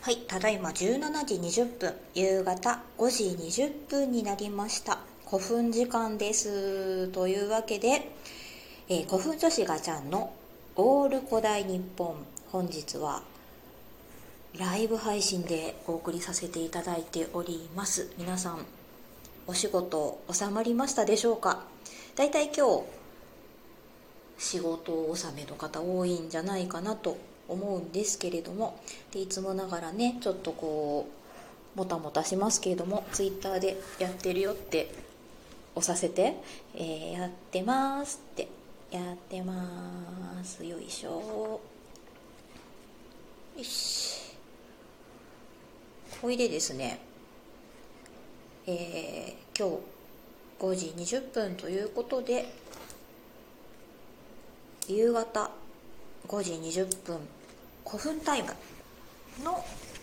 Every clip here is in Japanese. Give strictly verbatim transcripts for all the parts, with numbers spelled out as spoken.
はい、ただいまじゅうしちじにじゅっぷん、夕方ごじにじゅっぷんになりました。古墳時間です。というわけで、えー、古墳女子ガチャンのオール古代日本、本日はライブ配信でお送りさせていただいております。皆さん、お仕事収まりましたでしょうか？だいたい今日仕事納めの方多いんじゃないかなと思うんですけれども、でいつもながらねちょっとこうもたもたしますけれども、ツイッターでやってるよって押させて、えー、やってますってやってますよいしょよし。ほいでですね、えー、今日ごじにじゅっぷんということで、夕方ごじにじゅっぷん古墳タイムの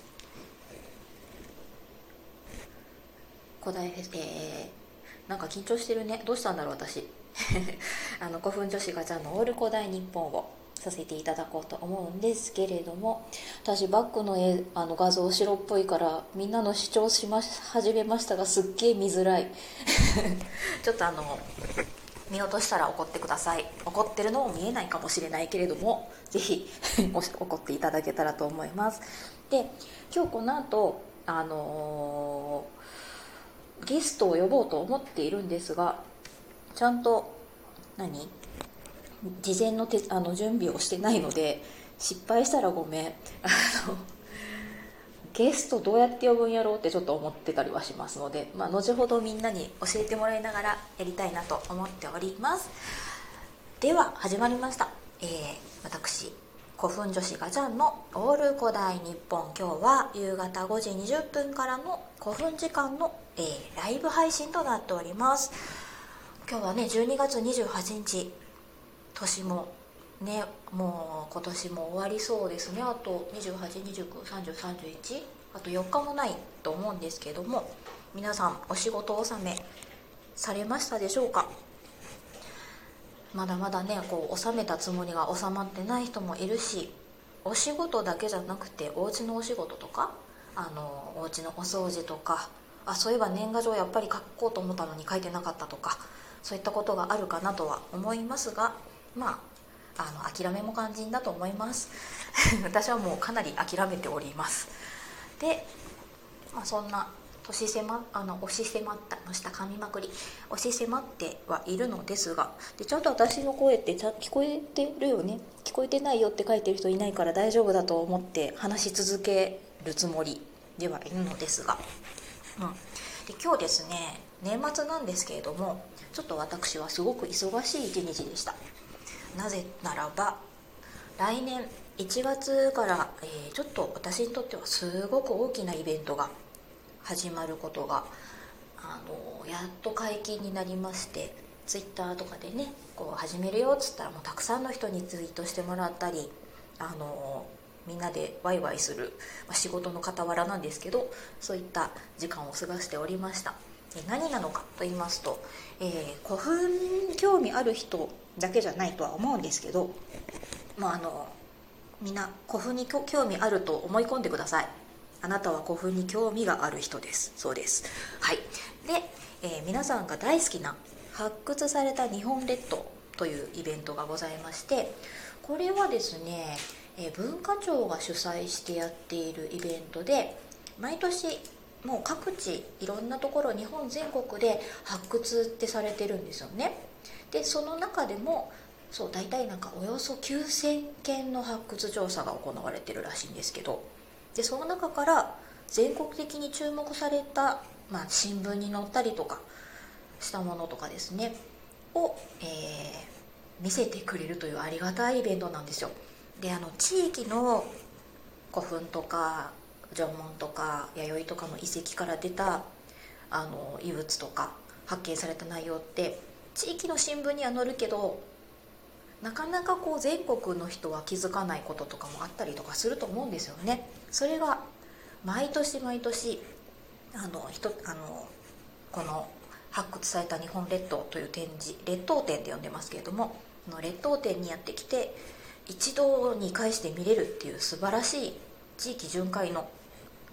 古代フェス、えー、なんか緊張してるね。どうしたんだろう私あの古墳女子ガチャのオール古代日本をさせていただこうと思うんですけれども、私バックの絵あの画像白っぽいからみんなの視聴しま始めましたが、すっげえ見づらいちょっとあの見落としたら怒ってください。怒ってるのも見えないかもしれないけれども、ぜひ怒っていただけたらと思います。で、今日この後あのー、ゲストを呼ぼうと思っているんですが、ちゃんと何事前のてあの準備をしてないので、失敗したらごめん。あのゲストどうやって呼ぶんやろうってちょっと思ってたりはしますので、まあ、後ほどみんなに教えてもらいながらやりたいなと思っております。では始まりました、えー、私古墳女子ガチャンのオール古代日本、今日は夕方ごじにじゅっぷんからの古墳時間の、えー、ライブ配信となっております。今日はねじゅうにがつにじゅうはちにち、年もね、もう今年も終わりそうですね。あとにじゅうはち、にじゅうく、さんじゅう、さんじゅういち、あとよっかもないと思うんですけれども、皆さんお仕事納めされましたでしょうか？まだまだねこう納めたつもりが収まってない人もいるし、お仕事だけじゃなくてお家のお仕事とか、あのお家のお掃除とか、あそういえば年賀状やっぱり書こうと思ったのに書いてなかったとか、そういったことがあるかなとは思いますが、まああの諦めも肝心だと思います私はもうかなり諦めております。で、まあ、そんな年迫あの押し迫ったの下噛みまくり押し迫ってはいるのですが、でちゃんと私の声ってちゃ聞こえてるよね、聞こえてないよって書いてる人いないから大丈夫だと思って話し続けるつもりではいるのですが、うん、で今日ですね年末なんですけれども、ちょっと私はすごく忙しい一日でした。なぜならば来年いちがつから、えー、ちょっと私にとってはすごく大きなイベントが始まることがあのやっと解禁になりまして、ツイッターとかでねこう始めるよっつったらもうたくさんの人にツイートしてもらったり、あのみんなでワイワイする、まあ、仕事の傍らなんですけど、そういった時間を過ごしておりました。で何なのかと言いますと、えー、古墳に興味ある人だけじゃないとは思うんですけど、まあ、あのみんな古墳に興味あると思い込んでください。あなたは古墳に興味がある人です。そうです。はい。で、えー、皆さんが大好きな発掘された日本列島というイベントがございまして、これはですね、えー、文化庁が主催してやっているイベントで、毎年もう各地いろんなところ日本全国で発掘ってされてるんですよね。でその中でもそう大体なんかおよそきゅうせんけんの発掘調査が行われてるらしいんですけど、でその中から全国的に注目された、まあ、新聞に載ったりとかしたものとかですねを、えー、見せてくれるというありがたいイベントなんですよ。であの地域の古墳とか縄文とか弥生とかの遺跡から出たあの遺物とか発見された内容って地域の新聞には載るけど、なかなかこう全国の人は気づかないこととかもあったりとかすると思うんですよね。それが毎年毎年あのひとあのこの発掘された日本列島という展示、列島展って呼んでますけれども、この列島展にやってきて一度に返して見れるっていう素晴らしい地域巡回の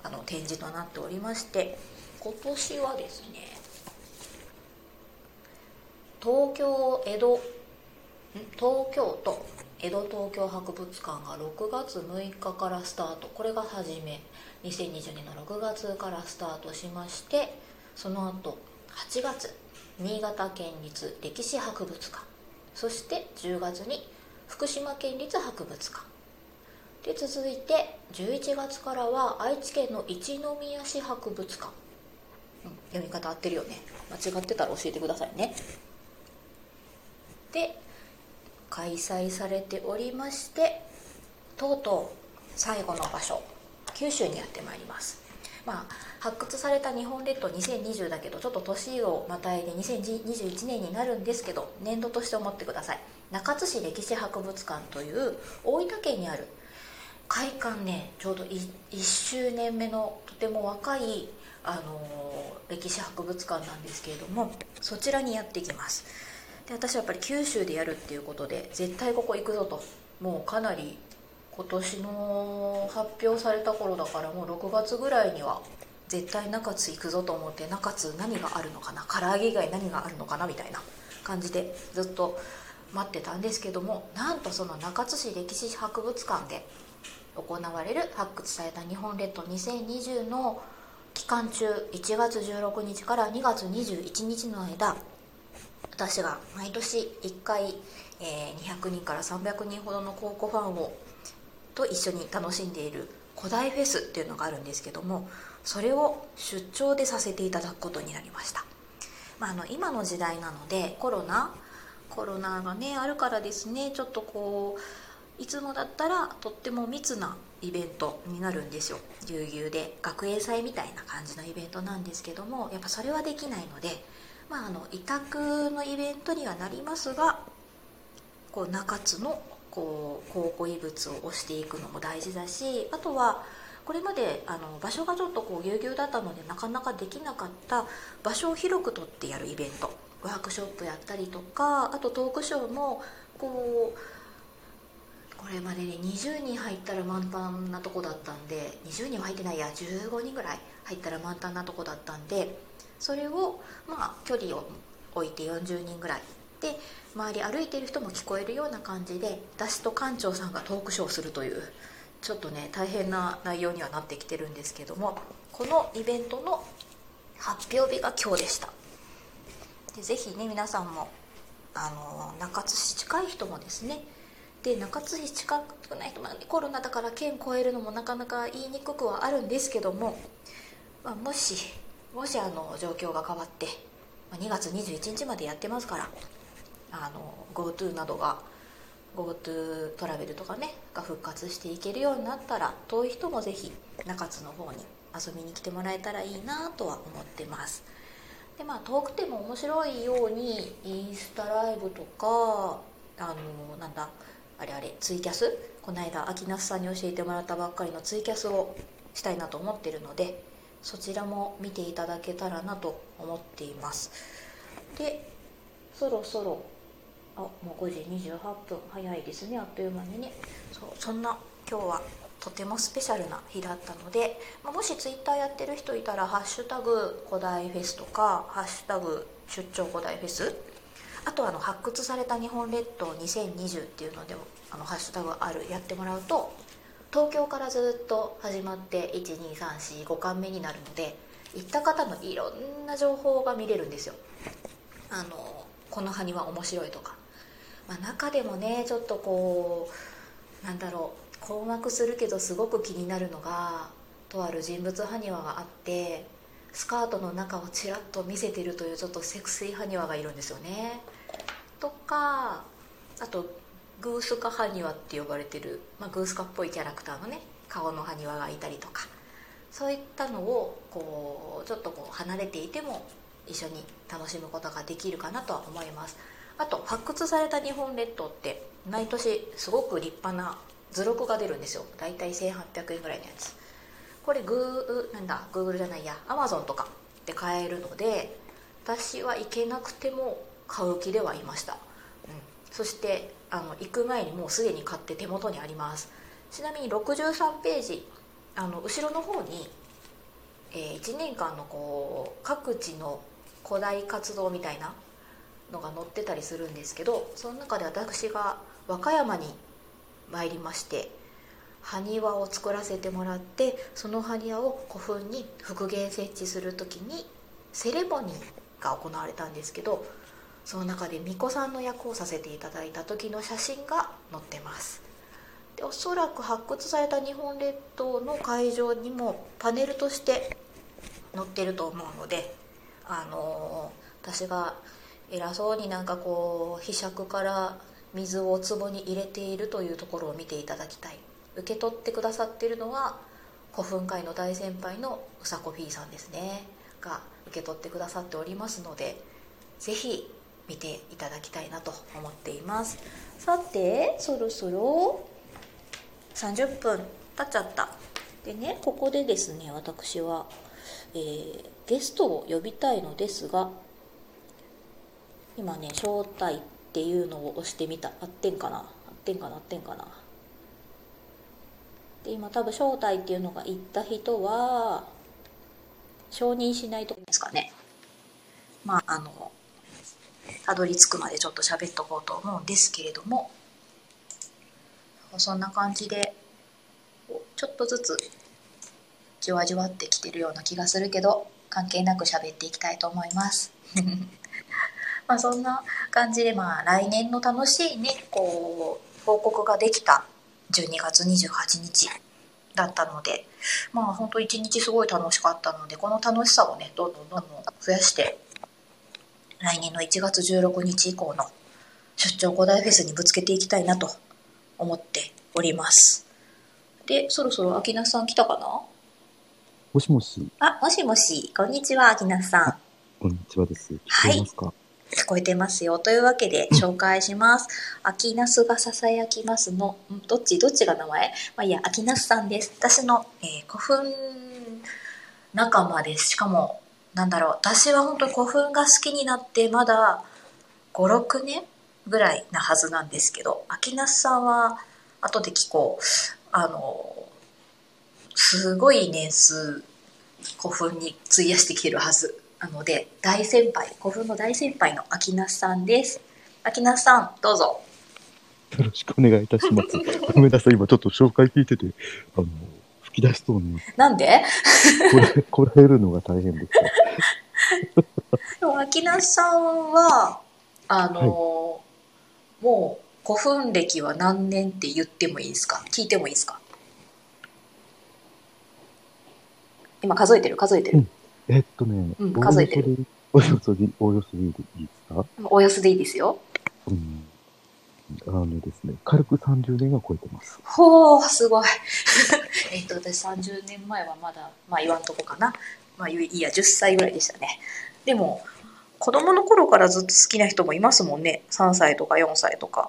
あの展示となっておりまして、今年はですね、東京江戸東京都江戸東京博物館がろくがつむいかからスタート。これが初め、にせんにじゅうねんのろくがつからスタートしまして、その後はちがつ新潟県立歴史博物館、そしてじゅうがつに福島県立博物館で、続いてじゅういちがつからは愛知県の一宮市博物館、うん、読み方合ってるよね、間違ってたら教えてくださいね。で開催されておりまして、とうとう最後の場所、九州にやってまいります。まあ、発掘された日本列島にせんにじゅうだけど、ちょっと年をまたいでにせんにじゅういちねんになるんですけど、年度として思ってください。中津市歴史博物館という大分県にある、開館ねちょうどいっしゅうねんめのとても若い、あのー、歴史博物館なんですけれども、そちらにやってきます。で私はやっぱり九州でやるっていうことで、絶対ここ行くぞと、もうかなり今年の発表された頃だから、もうろくがつぐらいには絶対中津行くぞと思って、中津何があるのかな、唐揚げ以外何があるのかなみたいな感じでずっと待ってたんですけども、なんとその中津市歴史博物館で行われる発掘された日本列島にせんにじゅうの期間中、いちがつじゅうろくにちからにがつにじゅういちにちの間、私が毎年いっかい、えー、にひゃくにんからさんびゃくにんほどの考古ファンをと一緒に楽しんでいる古代フェスっていうのがあるんですけども、それを出張でさせていただくことになりました。まあ、あの今の時代なので、コロナコロナがねあるからですね、ちょっとこういつもだったらとっても密なイベントになるんですよ。ぎゅうぎゅうで学園祭みたいな感じのイベントなんですけども、やっぱそれはできないので、まあ、あの委託のイベントにはなりますが、こう中津のこう考古遺物を推していくのも大事だし、あとはこれまであの場所がちょっとこうぎゅうぎゅうだったのでなかなかできなかった場所を広く取ってやるイベント、ワークショップやったりとか、あとトークショーもこうこれまでににじゅうにん入ったら満タンなとこだったんで、にじゅうにんは入ってないや、じゅうごにんぐらい入ったら満タンなとこだったんで、それをまあ距離を置いてよんじゅうにんぐらいで、周り歩いている人も聞こえるような感じで、私と館長さんがトークショーをするという、ちょっとね大変な内容にはなってきてるんですけども、このイベントの発表日が今日でした。でぜひね皆さんもあの中津市近い人もですね、で中津市近くない人も、コロナだから県越えるのもなかなか言いにくくはあるんですけども、まあ、もしもしあの状況が変わってにがつにじゅういちにちまでやってますから、あの GoTo などが GoTo トラベルとかねが復活していけるようになったら、遠い人もぜひ中津の方に遊びに来てもらえたらいいなとは思ってます。でまあ遠くても面白いようにインスタライブとか、あのなんだあれあれツイキャス、この間秋那須さんに教えてもらったばっかりのツイキャスをしたいなと思ってるので、そちらも見ていただけたらなと思っています。でそろそろあもうごじにじゅうはっぷん、早いですね、あっという間にね。そうそんな今日はとてもスペシャルな日だったので、まあ、もしツイッターやってる人いたら「ハッシュタグ古代フェス」とか「ハッシュタグ出張古代フェス」、あとあの発掘された日本列島にせんにじゅうっていうのでもあのハッシュタグあるやってもらうと、東京からずっと始まっていちにさんしごかんめになるので、行った方のいろんな情報が見れるんですよ。あのこの埴輪面白いとか、まあ、中でもねちょっとこうなんだろう困惑するけどすごく気になるのが、とある人物埴輪があって、スカートの中をちらっと見せてるというちょっとセクシー埴輪がいるんですよね。とかあとグースカ埴輪って呼ばれてる、まあ、グースカっぽいキャラクターのね顔の埴輪がいたりとか、そういったのをこうちょっとこう離れていても一緒に楽しむことができるかなとは思います。あと発掘された日本列島って毎年すごく立派な図録が出るんですよ。だいたいせんはっぴゃくえんぐらいのやつ。これグーなんだグーグルじゃないやアマゾンとかで買えるので、私は行けなくても買う気ではいました、うん、そしてあの行く前にもうすでに買って手元にあります。ちなみにろくじゅうさんページ、あの後ろの方にえー、いちねんかんのこう各地の古代活動みたいなのが載ってたりするんですけど、その中で私が和歌山に参りまして、埴輪を作らせてもらって、その埴輪を古墳に復元設置する時にセレモニーが行われたんですけど、その中で巫女さんの役をさせていただいた時の写真が載ってます。でおそらく発掘された日本列島の会場にもパネルとして載ってると思うので、あのー、私が偉そうになんかこう柄杓から水を壺に入れているというところを見ていただきたい。受け取ってくださっているのは古墳界の大先輩のうさこ P さんですねが受け取ってくださっておりますので、ぜひ見ていただきたいなと思っています。さてそろそろさんじゅっぷん経っちゃった。でね、ここでですね、私は、えー、ゲストを呼びたいのですが、今ね招待っていうのを押してみた。合ってんかな合ってんかな合ってんかなで、今多分招待っていうのが言った人は承認しないとですかね。まああのたどり着くまでちょっと喋っとこうと思うんですけれども、そんな感じでちょっとずつじわじわってきてるような気がするけど、関係なく喋っていきたいと思いますまあそんな感じで、まあ来年の楽しいねこう報告ができたじゅうにがつにじゅうはちにちだったので、まあ本当一日すごい楽しかったので、この楽しさをねどんどんどんどん増やして来年のいちがつじゅうろくにち以降の出張古代フェスにぶつけていきたいなと思っております。で、そろそろ秋那さん来たかな？ もしもし。 あ、もしもし、こんにちは、秋那さん。 こんにちはです。聞こえますか？ はい、聞こえてますよ。というわけで紹介します。秋那須がささやきますの、どっちどっちが名前？まあいいや、秋那須さんです。私の、えー、古墳仲間です。しかもなんだろう、私は本当に古墳が好きになってまだご、ろくねんぐらいなはずなんですけど、秋那須さんは後で聞こう。あのすごい年数古墳に費やしてきてるはずなので、大先輩、古墳の大先輩の秋那さんです。秋那さんどうぞ。 よろしくお願いいたします。ごめんなさい、今ちょっと紹介聞いてて、あの、吹き出しそうに。 なんでこれ、こらえるのが大変でした。 でも秋那さんは、あの、はい、もう古墳歴は何年って言ってもいいですか？聞いてもいいですか？今数えてる数えてる、うん、 えっとね、 うん、数えてる。 およそで、およそでいいですか？ およそでいいですよ。 うん、あのですね、軽くさんじゅうねんが超えてます。 ほー、すごい。えっと、私さんじゅうねんまえはまだ、まあ言わんとこかな。まあいいや、じゅっさいぐらいでしたね。でも、子供の頃からずっと好きな人もいますもんね。さんさいとかよんさいとか。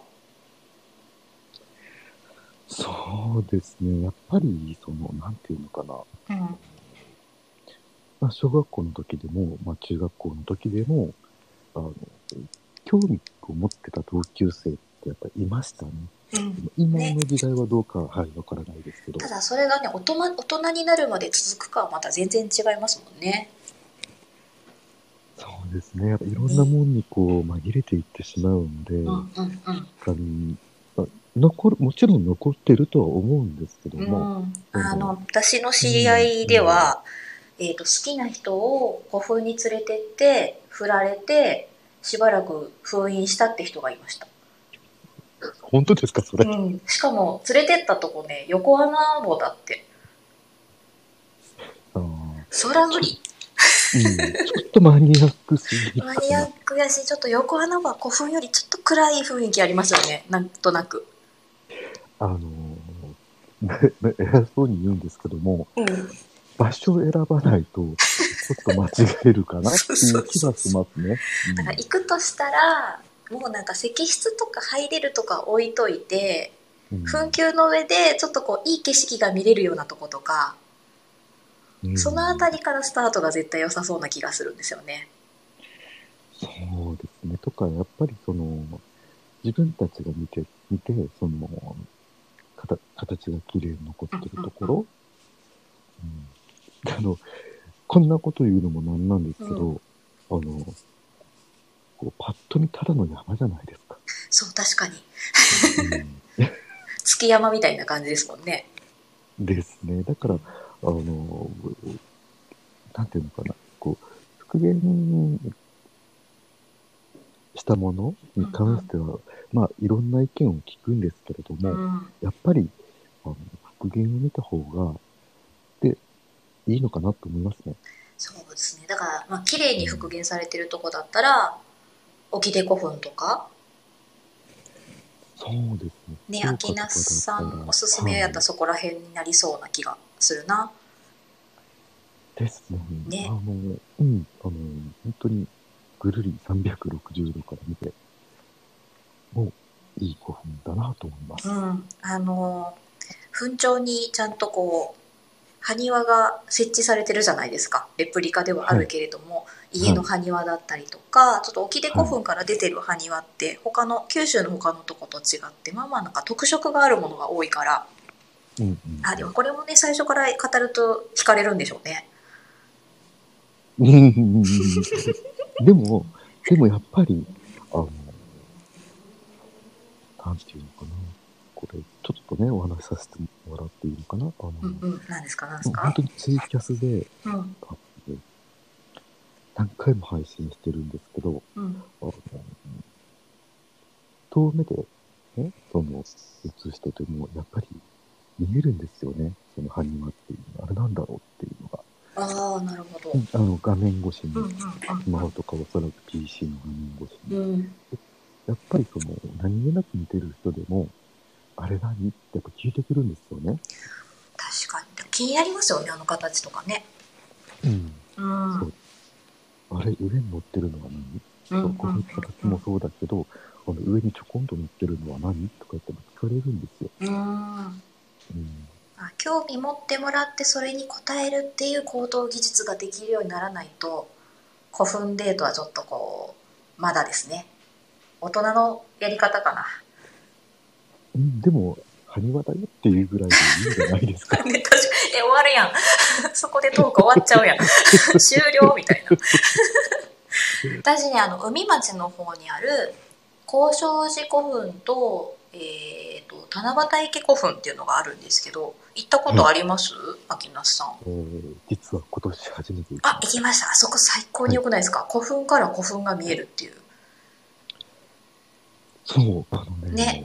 そうですね。やっぱり、その、なんていうのかな。うん。まあ、小学校の時でも、まあ、中学校の時でも、あの、興味を持ってた同級生ってやっぱりいましたね。うん、今の時代はどうか、ね、はい、わからないですけど。 ただそれがね、大人、大人になるまで続くかはまた全然違いますもんね。 そうですね。やっぱいろんなもんにこう紛れていってしまうんで、うんうんうん、まあ、残る、もちろん残ってるとは思うんですけども。 うん、あの、私の知り合いでは、うんうん、えーと、好きな人を古墳に連れてって振られてしばらく封印したって人がいました。 本当ですかそれ、 うん、しかも連れてったとこね、横穴墓だって。あ、そら無理。 うん、ちょっとマニアックすぎる。 マニアックやし、ちょっと横穴は古墳よりちょっと暗い雰囲気ありますよね、なんとなく。 あのー、ね、偉そうに言うんですけども、うん、場所を選ばないとちょっと間違えるかなっていう気はしますね。 だから行くとしたら、もうなんか石室とか入れるとか置いといて、うん、墳丘の上でちょっとこういい景色が見れるようなとことか、うん、そのあたりからスタートが絶対良さそうな気がするんですよね。 そうですね。とか、やっぱりその、自分たちが見て、見て、その、かた形が綺麗に残ってるところ、うんうんうん、あの、 こんなこと言うのもなんなんですけど、 うん、 あの、こうパッと見ただの山じゃないですか。 そう、確かに。 うん、 月山みたいな感じですもんね。 ですね。だから、あの、なんていうのかな、こう、復元したものに関しては、まあ、いろんな意見を聞くんですけれども、 うんうん。 やっぱり、あの、復元を見た方が、で、いいのかなと思いますね。 そうですね。だから、まあ、綺麗に復うん、 元されてるとこだったら、沖出古墳とか、 そうですね。 ね、 福秋那岡とかだったら、 さんおすすめやったらはい。 そこら辺になりそうな気がするな。 ですね。あね。 の、うん、あの、本当に、ぐるりさんびゃくろくじゅうどから見て、もう、いい古墳だなと思います。 うん。あの、墳頂にちゃんとこう、埴輪が設置されてるじゃないですか。レプリカではあるはい。 けれども、家はい。 の埴輪だったりとか、ちょっと沖出古はい。 墳から出てる埴輪って他の九州の他のとこと違って、まあまあなんか特色があるものが多いから、 うんうんあ、でもこれもね、最初から語ると惹かれるんでしょうね。 うん。でも、でもやっぱり、あの、なんていうのかな。これ、ちょっとね、お話しさせてもらっていいのかな。あの、 うんうん。何ですか、何ですもう本か。 当にツイキャスで、 うん。 あの何回も配信してるんですけど、 うん。 あの、遠目で、ね、その、映してても、やっぱり見えるんですよね。その埴輪っていうのが、あれなんだろうっていうのが。 ああ、なるほど。 うんあの、画面越しに、 うんうんスマホとかおそらく ピーシー の画面越しに。 うんうん。うん。 でやっぱりその、何気なく見てる人でも、あれ何ってやっぱ聞いてくるんですよね。 確かに。気になりますよね、あの形とかね。 うん。 うん。うんそう。あれ、上に乗ってるのは何うんうんそう、この形もそうだけど、あの、上にちょこんと乗ってるのは何とか言って聞かれるんですよ。 うん。うん。 うん。 あ、興味持ってもらってそれに応えるっていう行動技術ができるようにならないと、古墳デートはちょっとこうまだですね。大人のやり方かな。 うんでも、埴輪だよっていうぐらいでいいんじゃないですか。 ね、確かえ終わるやん。そこでトーク終わっちゃうやん。終了みたいな。私ね、あの海町の方にある高尚寺古墳と、えー、と七夕池古墳っていうのがあるんですけど、行ったこはい。 とあります？秋那さん。 えー、実は今年初めて行きあ、 ました。 行きました。あそこ最高にはい。 良くないですか？古墳から古墳が見えるっていう。 そう、あのね。 ね、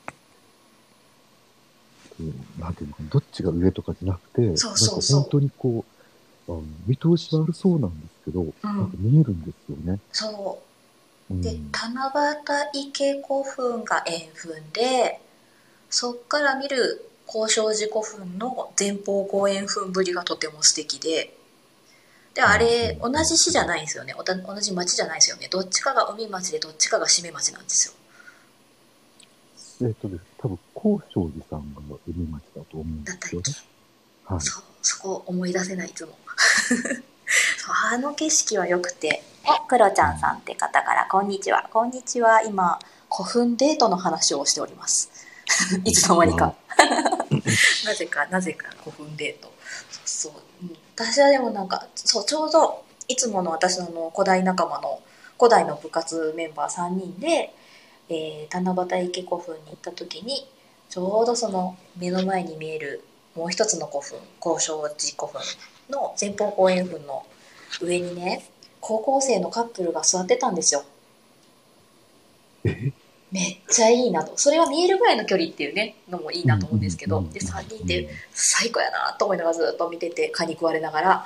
うん、なんていうのかな、どっちが上とかじゃなくて、 そうなんか本そうそ当にこう、あの見通し悪そうなんですけど、 う。うん。 なんか見えるんですよね。うそうで、 ん。 七夕池古墳が円墳で、そっから見る高尚寺古墳の前方後円墳ぶりがとても素敵で、であうん、うん、 れ同じ市じゃうん。 ないんですよね。おた同じ町じゃないですよね。どっちかが海町でどっちかが締め町なんですよ。 えっとです、多分、高尚寺さんが海町だと思うんだったっけ？ ですよね。はい。 そう、そこ思い出せない、いつも。そう、あの景色は良くて。お、クロちうん。 ゃんさんって方から、こんにちは。こんにちは。今、古墳デートの話をしております。いつの間にか。 わなぜか、なぜか古墳デート。そう、うん、私はでもなんか、そう、ちょうど、いつもの私のあの古代仲間の、古代の部活メンバーさんにんで、えー、七夕池古墳に行った時に、ちょうどその目の前に見えるもう一つの古墳、高尚寺古墳の前方後円墳の上にね、高校生のカップルが座ってたんですよ。 えめっちゃいいなと。それは見えるぐらいの距離っていうね、のもいいうん、 なと思うんですうん、 けど、 うん、 で、さんにんでうん。 最高やなと思いながらずっと見てて、蚊に食われながら、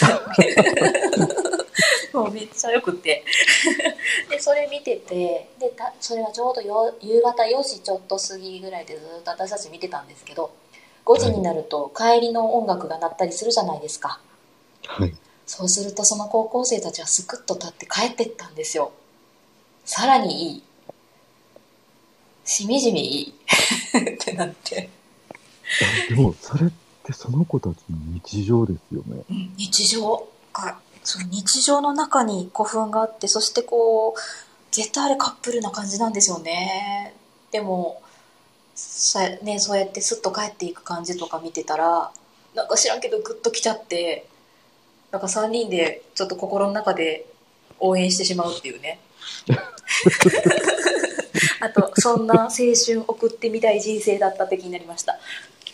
もうめっちゃよくってでそれ見てて、でたそれはちょうどよ夕方よじちょっと過ぎぐらいでずっと私たち見てたんですけど、ごじはい。 になると帰りの音楽が鳴ったりするじゃないですか。 はい。 そうするとその高校生たちはすくっと立って帰ってったんですよ。さらにいい、しみじみいいってなって、 あ、でも、それってその子たちの日常ですよね。 うん、日常が、その日常の中に古墳があって、そしてこう絶対あれカップルな感じなんですよね。でもさ、ね、そうやってスッと帰っていく感じとか見てたら、なんか知らんけどグッときちゃって、 なんかさんにんでちょっと心の中で応援してしまうっていうね。あとそんな青春送ってみたい人生だった的になりました。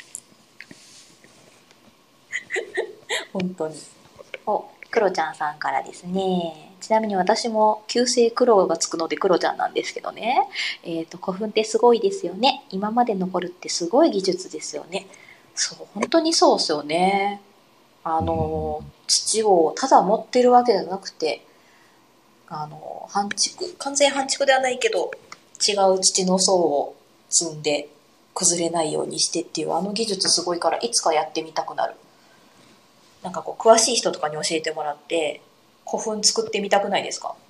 本当に。お、クロちゃんさんからですね。ちなみに私も旧姓クロがつくのでクロちゃんなんですけどね。えっ、と、古墳ってすごいですよね。今まで残るってすごい技術ですよね。そう、本当にそうですよね。あの、土をただ持ってるわけじゃなくて、あの、半築、完全半築ではないけど、違う土の層を積んで崩れないようにしてっていうあの技術すごいからいつかやってみたくなる。なんかこう詳しい人とかに教えてもらって古墳作ってみたくないですか？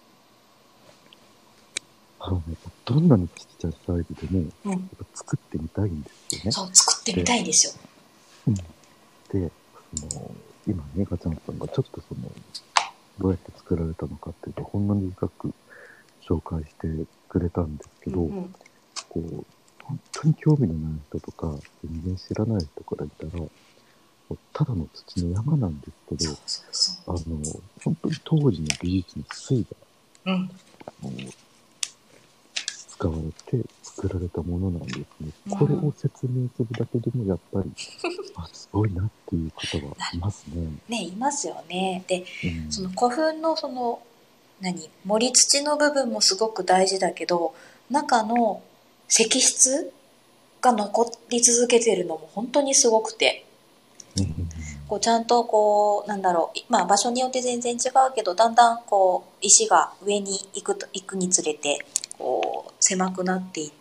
あのね、どんなにちっちゃいサイズでも、 うん、 やっぱ作ってみたいんですよね。 そう作ってみたいんですよ。 うん。で、その、今ね、ガチャンさんがちょっとその、どうやって作られたのかっていうと、ほんの短く紹介してくれたんですけど、 うんうん、 こう、本当に興味のない人とか、全然知らない人から言ったら、ただの土の山なんですけど、 そうそうそあの、本当に当時の技術の粋が、 う、うんあの使われて作られたものなんですね。 うん、 これを説明するだけでもやっぱり、あ、すごいなっていう方はいますね。 ねいますよね。で、 うん、 その古墳のその何盛り土の部分もすごく大事だけど、中の石室が残り続けてるのも本当にすごくて、 うん、 こうちゃんとこうなんだろう、まあ場所によって全然違うけど、だんだんこう石が上に行くと行くにつれてこう狭くなっていって、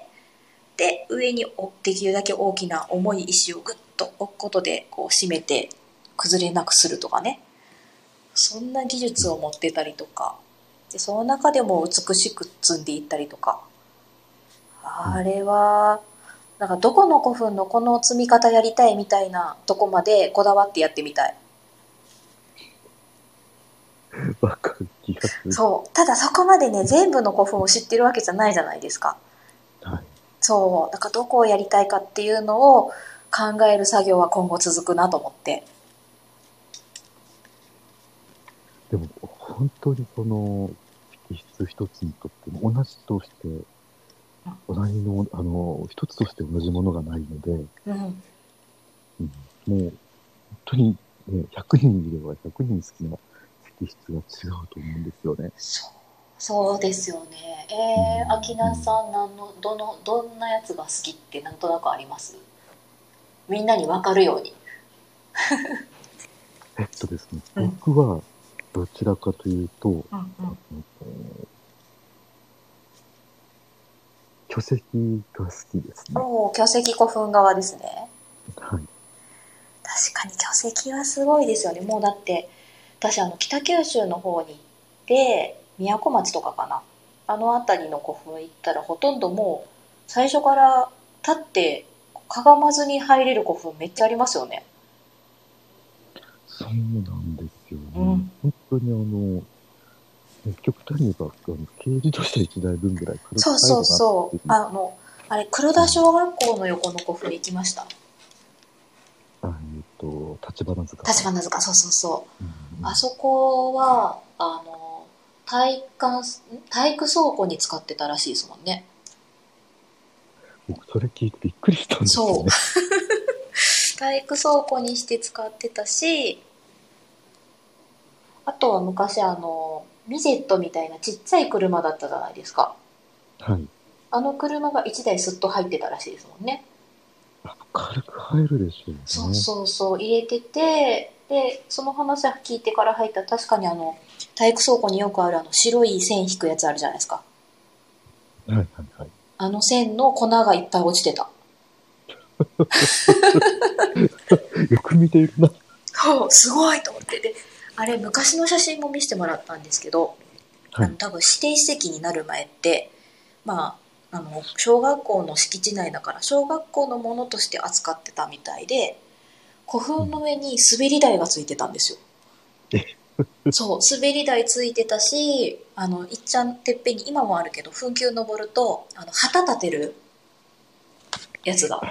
で上にできるだけ大きな重い石をグッと置くことでこう締めて崩れなくするとかね、そんな技術を持ってたりとかで、その中でも美しく積んでいったりとか、あれはなんかどこの古墳のこの積み方やりたいみたいなとこまでこだわってやってみたい。 わかる気がする。 そう。ただそこまでね、全部の古墳を知ってるわけじゃないじゃないですか。 はい。 そう。だからどこをやりたいかっていうのを考える作業は今後続くなと思って。 でも、本当にその、石質一つにとっても同じとして、同じの、あの、一つとして同じものがないので、 うん。 うん、もう、本当に、ね、ひゃくにんいればひゃくにん好きな石質が違うと思うんですよね。 そう。そうですよね。 うん、 えー、秋うん、 名さん、何の、どの、どんなやつが好きってなんとなくあります？みんなに分かるように。 えっとですね、 うん。 僕は、どちらかというと、 うんあうん。 の、巨石が好きですね。 おお、巨石古墳側ですね。 はい。 確かに巨石はすごいですよね。もうだって私あの北九州の方に行って宮古町とかかな、あの辺りの古墳行ったらほとんどもう最初から立ってかがまずに入れる古墳めっちゃありますよね。 そうなんですよね。 うん、 本当にあの、極端に言えば、あの軽自動車いちだいぶんぐらい軽くそうそう入るなっそう。 ていう。 あのあれ黒田小学校の横の古墳行きました？ あえっと、立花塚さん。 立花塚、そうそうそう。 うんうん、 あそこはあの体育館体育倉庫に使ってたらしいですもんね。 僕、それ聞いてびっくりしたんですよそう。 ね。 体育倉庫にして使ってたし、あとは昔あのミゼットみたいなちっちゃい車だったじゃないですか。 はい。 あの車がいちだいすっと入ってたらしいですもんね。 あ、軽く入るでしょうね。 そうそうそう入れてて、でその話を聞いてから入ったら確かにあの体育倉庫によくあるあの白い線引くやつあるじゃないですか。 はいはいはい。 あの線の粉がいっぱい落ちてた。 よく見ているな。 そう、すごいと思って。であれ昔の写真も見せてもらったんですけど、 はい。 あの多分指定史跡になる前って、まあ、あの小学校の敷地内だから小学校のものとして扱ってたみたいで、古うん、 墳の上に滑り台がついてたんですよ。そう滑り台ついてたし、あのいっちゃんてっぺんに今もあるけど墳丘登るとあの旗立てるやつが、 はい。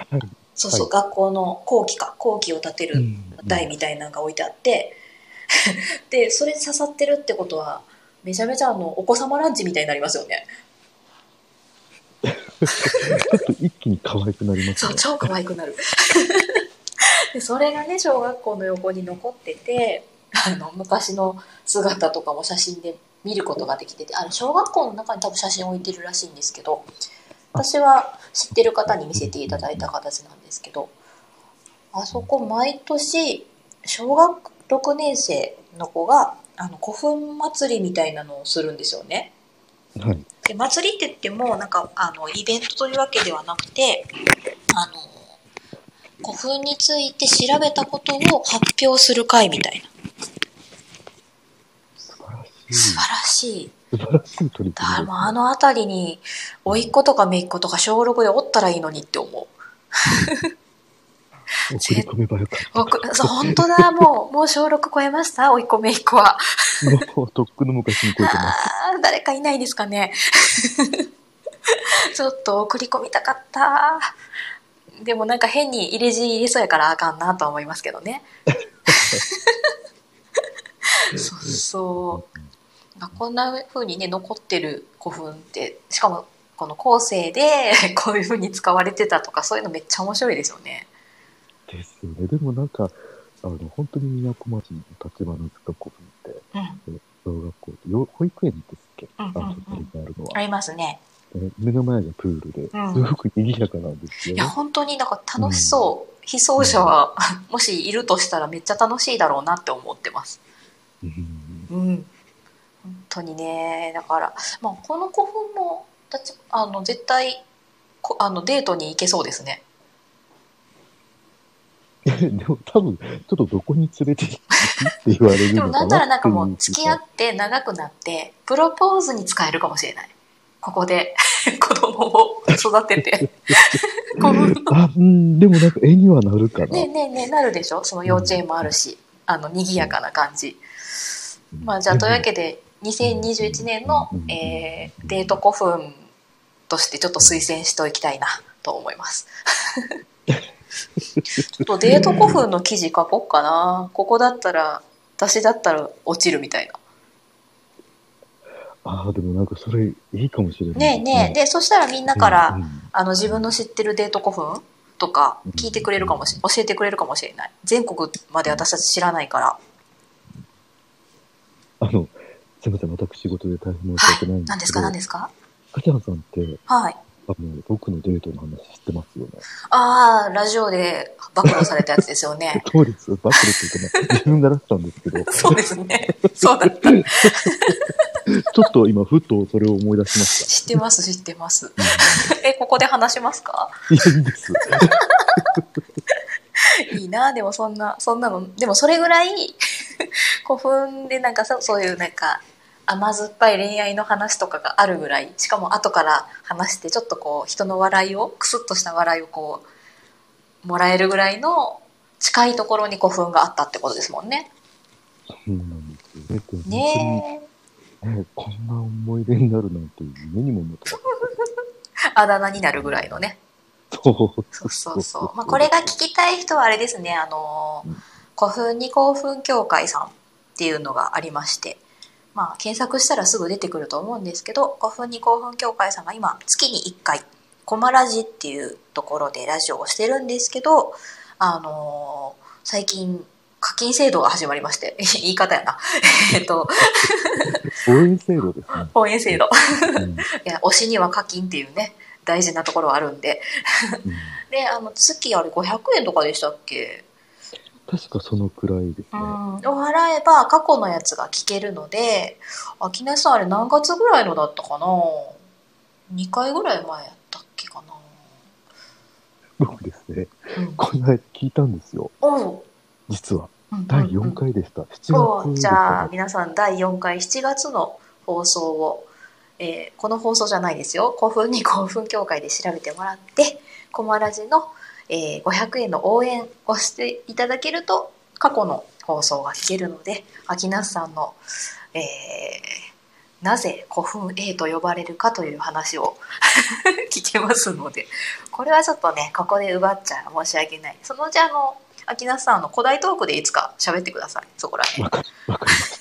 そうはい。 そう学校の校旗か校旗を立てるうん、うん。 台みたいなのが置いてあって、 でそれに刺さってるってことはめちゃめちゃあのお子様ランチみたいになりますよね。 ちょっと一気に可愛くなりますね。 そう超可愛くなるでそれがね小学校の横に残ってて、あの昔の姿とかも写真で見ることができてて、あの小学校の中に多分写真置いてるらしいんですけど、私は知ってる方に見せていただいた形なんですけど、あそこ毎年小学ろくねん生の子があの古墳祭りみたいなのをするんですよね。 はい。 で祭りって言ってもなんかあのイベントというわけではなくて、あの古墳について調べたことを発表する会みたいな。 素晴らしい。 素晴らしい。 素晴らしい取り組みですね。 だもうあの辺りに甥っ子とか姪っ子とか小ろくでおったらいいのにって思う。 送り込めばよかった。 そう本当だ、もうもう小ろく超えました甥っ子姪っ子は。 もうとっくの昔に超えてます。 あ誰かいないですかね。ちょっと送り込みたかった。でもなんか変に入れ字入れそうやからあかんなとは思いますけどね。そうそう。こんな風にね残ってる古墳って、しかもこの後世でこういう風に使われてたとか、そういうのめっちゃ面白いですよね。 ですよね。でもなんかあの本当に都町の立花塚古墳って、うん、小学校よ保育園ですっけ、うんうんうん、あそこにあるのはありますね。 目の前がプールで、うん、すごく賑やかなんですよね。 いや本当になんか楽しそう、うん、被葬者は、うん、もしいるとしたらめっちゃ楽しいだろうなって思ってます。うん、うん、本当にね。だから、まあ、この古墳もあの絶対あのデートに行けそうですね。 でも多分ちょっとどこに連れて行って言われるのかなっていう。でもなんならなんかもう付き合って長くなってプロポーズに使えるかもしれない。ここで子供を育ててあ、うん、でもなんか絵にはなるかな。 ねえねえねえなるでしょ。その幼稚園もあるし、うん、あの賑やかな感じ、うん、まあじゃあというわけでにせんにじゅういちねんの、えー、デート古墳としてちょっと推薦しておきたいなと思いますちょっとデート古墳の記事書こうかな。ここだったら私だったら落ちるみたいな。 ああ、でもなんかそれいいかもしれないねえねえ。でそしたらみんなから、うんうん、あの自分の知ってるデート古墳とか聞いてくれるかもし、うん、教えてくれるかもしれない。全国まで私たち知らないから。 あのすみません、私事で大変申し訳ないんですけど、はい、 何ですか何ですか。 かちゃんさんってはい。 あの僕のデートの話知ってますよね。 ああ、ラジオで暴露されたやつですよね。 そうです。暴露って言って自分が出したんですけど。 そうですね。そうだった。 ちょっと今ふとそれを思い出しました。 知ってます知ってます。うん、えここで話しますか。 いやいいです。 いいな。でもそんなそんなのでもそれぐらい古墳でなんかそそういうなんか。甘酸っぱい恋愛の話とかがあるぐらい、しかも後から話してちょっとこう人の笑いをクスッとした笑いをこうもらえるぐらいの近いところに古墳があったってことですもんね。 そうなんですよね。ねえ、ねえこんな思い出になるなんて夢にも思ってなかった。 あだ名になるぐらいのね。 そうそうそうそう。まあこれが聞きたい人はあれですね。あの、うん、古墳に古墳協会さんっていうのがありまして。まあ、検索したらすぐ出てくると思うんですけど、古墳に古墳協会さんが今月にいっかいコマラジっていうところでラジオをしてるんですけど、あのー、最近課金制度が始まりまして言い方やなえっと応援制度ですね。 応援制度いや推しには課金っていうね大事なところあるんでであの月あれごひゃくえんとかでしたっけ。 確かそのくらいですね。うん、 を払えば過去のやつが聞けるので、あきなさんあれ何月ぐらいのだったかな。にかいぐらい前やったっけかな。 僕ですね、うん、この間聞いたんですよ。実は、うんうんうん、だいよんかいでした。しちがつでしたね。じゃあ皆さんだいよんかいしちがつの放送を、えー、この放送じゃないですよ。古墳に古墳協会で調べてもらってコマラジのえー、ごひゃくえんの応援をしていただけると過去の放送が聞けるので、秋那さんの、えー、なぜ古墳 A と呼ばれるかという話を聞けますので、これはちょっとねここで奪っちゃ申し訳ない。そのうちあの秋名さん、あの古代トークでいつか喋ってください、そこら辺。 わかりわかりました。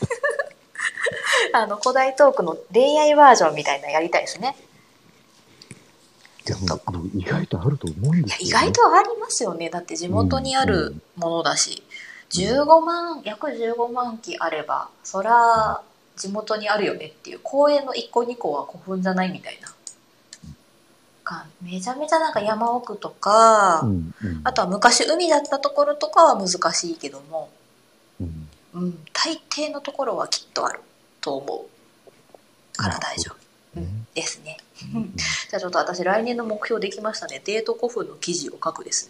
あの古代トークの恋愛バージョンみたいなのやりたいですね。 でも意外とあると思うんですよね。 いや意外とありますよね。だって地元にあるものだし、うんうん、じゅうごまん、約じゅうごまんきあればそら地元にあるよねっていう、公園のいっこにこは古墳じゃないみたいなか、めちゃめちゃなんか山奥とか、うんうん、あとは昔海だったところとかは難しいけども、うんうん、大抵のところはきっとあると思うから大丈夫、うん、ですね。うん、じゃあちょっと私来年の目標できましたね。デート古墳の記事を書くですね。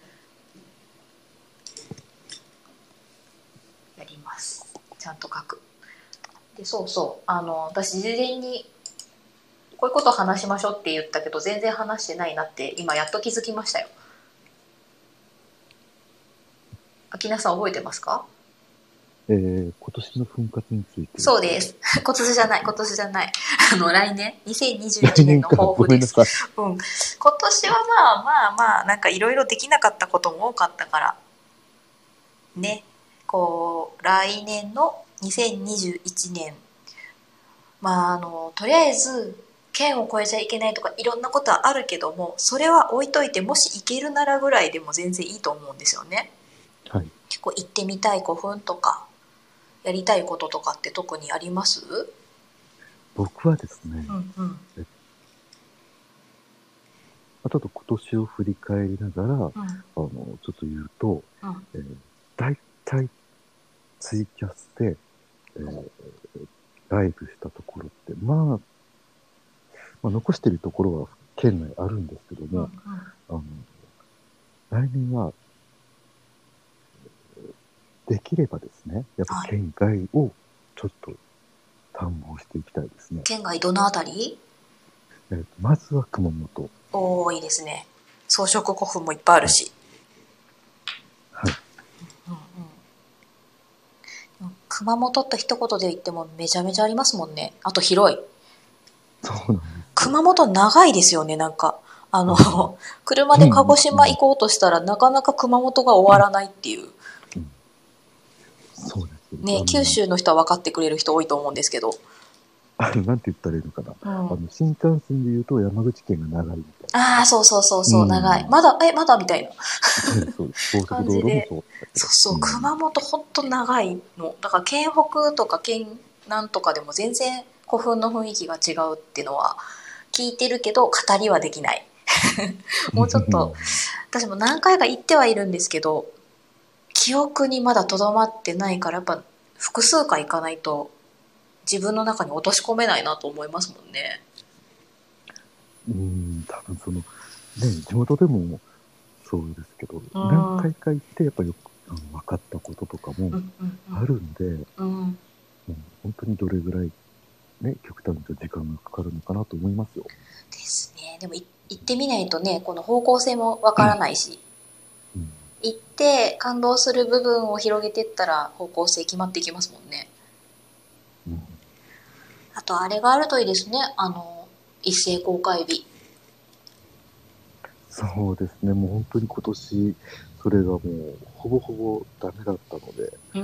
やります。ちゃんと書く。で、そうそう、あの私事前にこういうことを話しましょうって言ったけど全然話してないなって今やっと気づきましたよ。秋名さん覚えてますか？ えー、今年の奮発について。 そうです。今年じゃない今年じゃないあの来年にせんにじゅういちねんの抱負です。うん、今年はまあまあまあなんかいろいろできなかったことも多かったからね、こう来年のにせんにじゅういちねん、まああのとりあえず県を越えちゃいけないとかいろんなことはあるけども、それは置いといて、もし行けるならぐらいでも全然いいと思うんですよね。はい、結構行ってみたい古墳とかやりたいこととかって特にあります？ 僕はですね、 うんうん、 えちょっと今年を振り返りながら、うん、あのちょっと言うと、うん、えー、大体ツイキャスで、えー、ライブしたところって、まあ、まあ、残してるところは県内あるんですけども、うんうん、あの来年はできればですね、やっぱ県外をちょっと探訪していきたいですね。 県外どのあたり？ えー、まずは熊本。 おー、いいですね。装飾古墳もいっぱいあるし。はい。うんうん、熊本って一言で言ってもめちゃめちゃありますもんね。あと広い。 そうなんです。 熊本長いですよね、なんか。あの、うん、車で鹿児島行こうとしたら、うん、なかなか熊本が終わらないっていう。うん、 そうですね。九州の人は分かってくれる人多いと思うんですけど。 あの、なんて言ったらいいのかな。うん、あの新幹線で言うと山口県が長いみたいな。ああ、そうそうそうそう、うん、長い。まだ、え、まだみたいな。 そうそう。高速道路もそう。 そうそう、うん、熊本ほんと長いの。だから県北とか県南とかでも全然古墳の雰囲気が違うっていうのは聞いてるけど、語りはできない。もうちょっと、私も何回か行ってはいるんですけど、記憶にまだとどまってないから、やっぱ複数回行かないと自分の中に落とし込めないなと思いますもんね。 うん、多分その、ね、地元でもそうですけど、何回か行ってやっぱりよくあの分かったこととかもあるんで、うんうんうん、もう本当にどれぐらい、ね、極端に時間がかかるのかなと思いますよ。 ですね。でも行ってみないとね、この方向性もわからないし、うん、行って感動する部分を広げていったら方向性決まっていきますもんね。うん、あとあれがあるといいですね。あの一斉公開日。 そうですね。もう本当に今年それがもうほぼほぼダメだったので。 うん、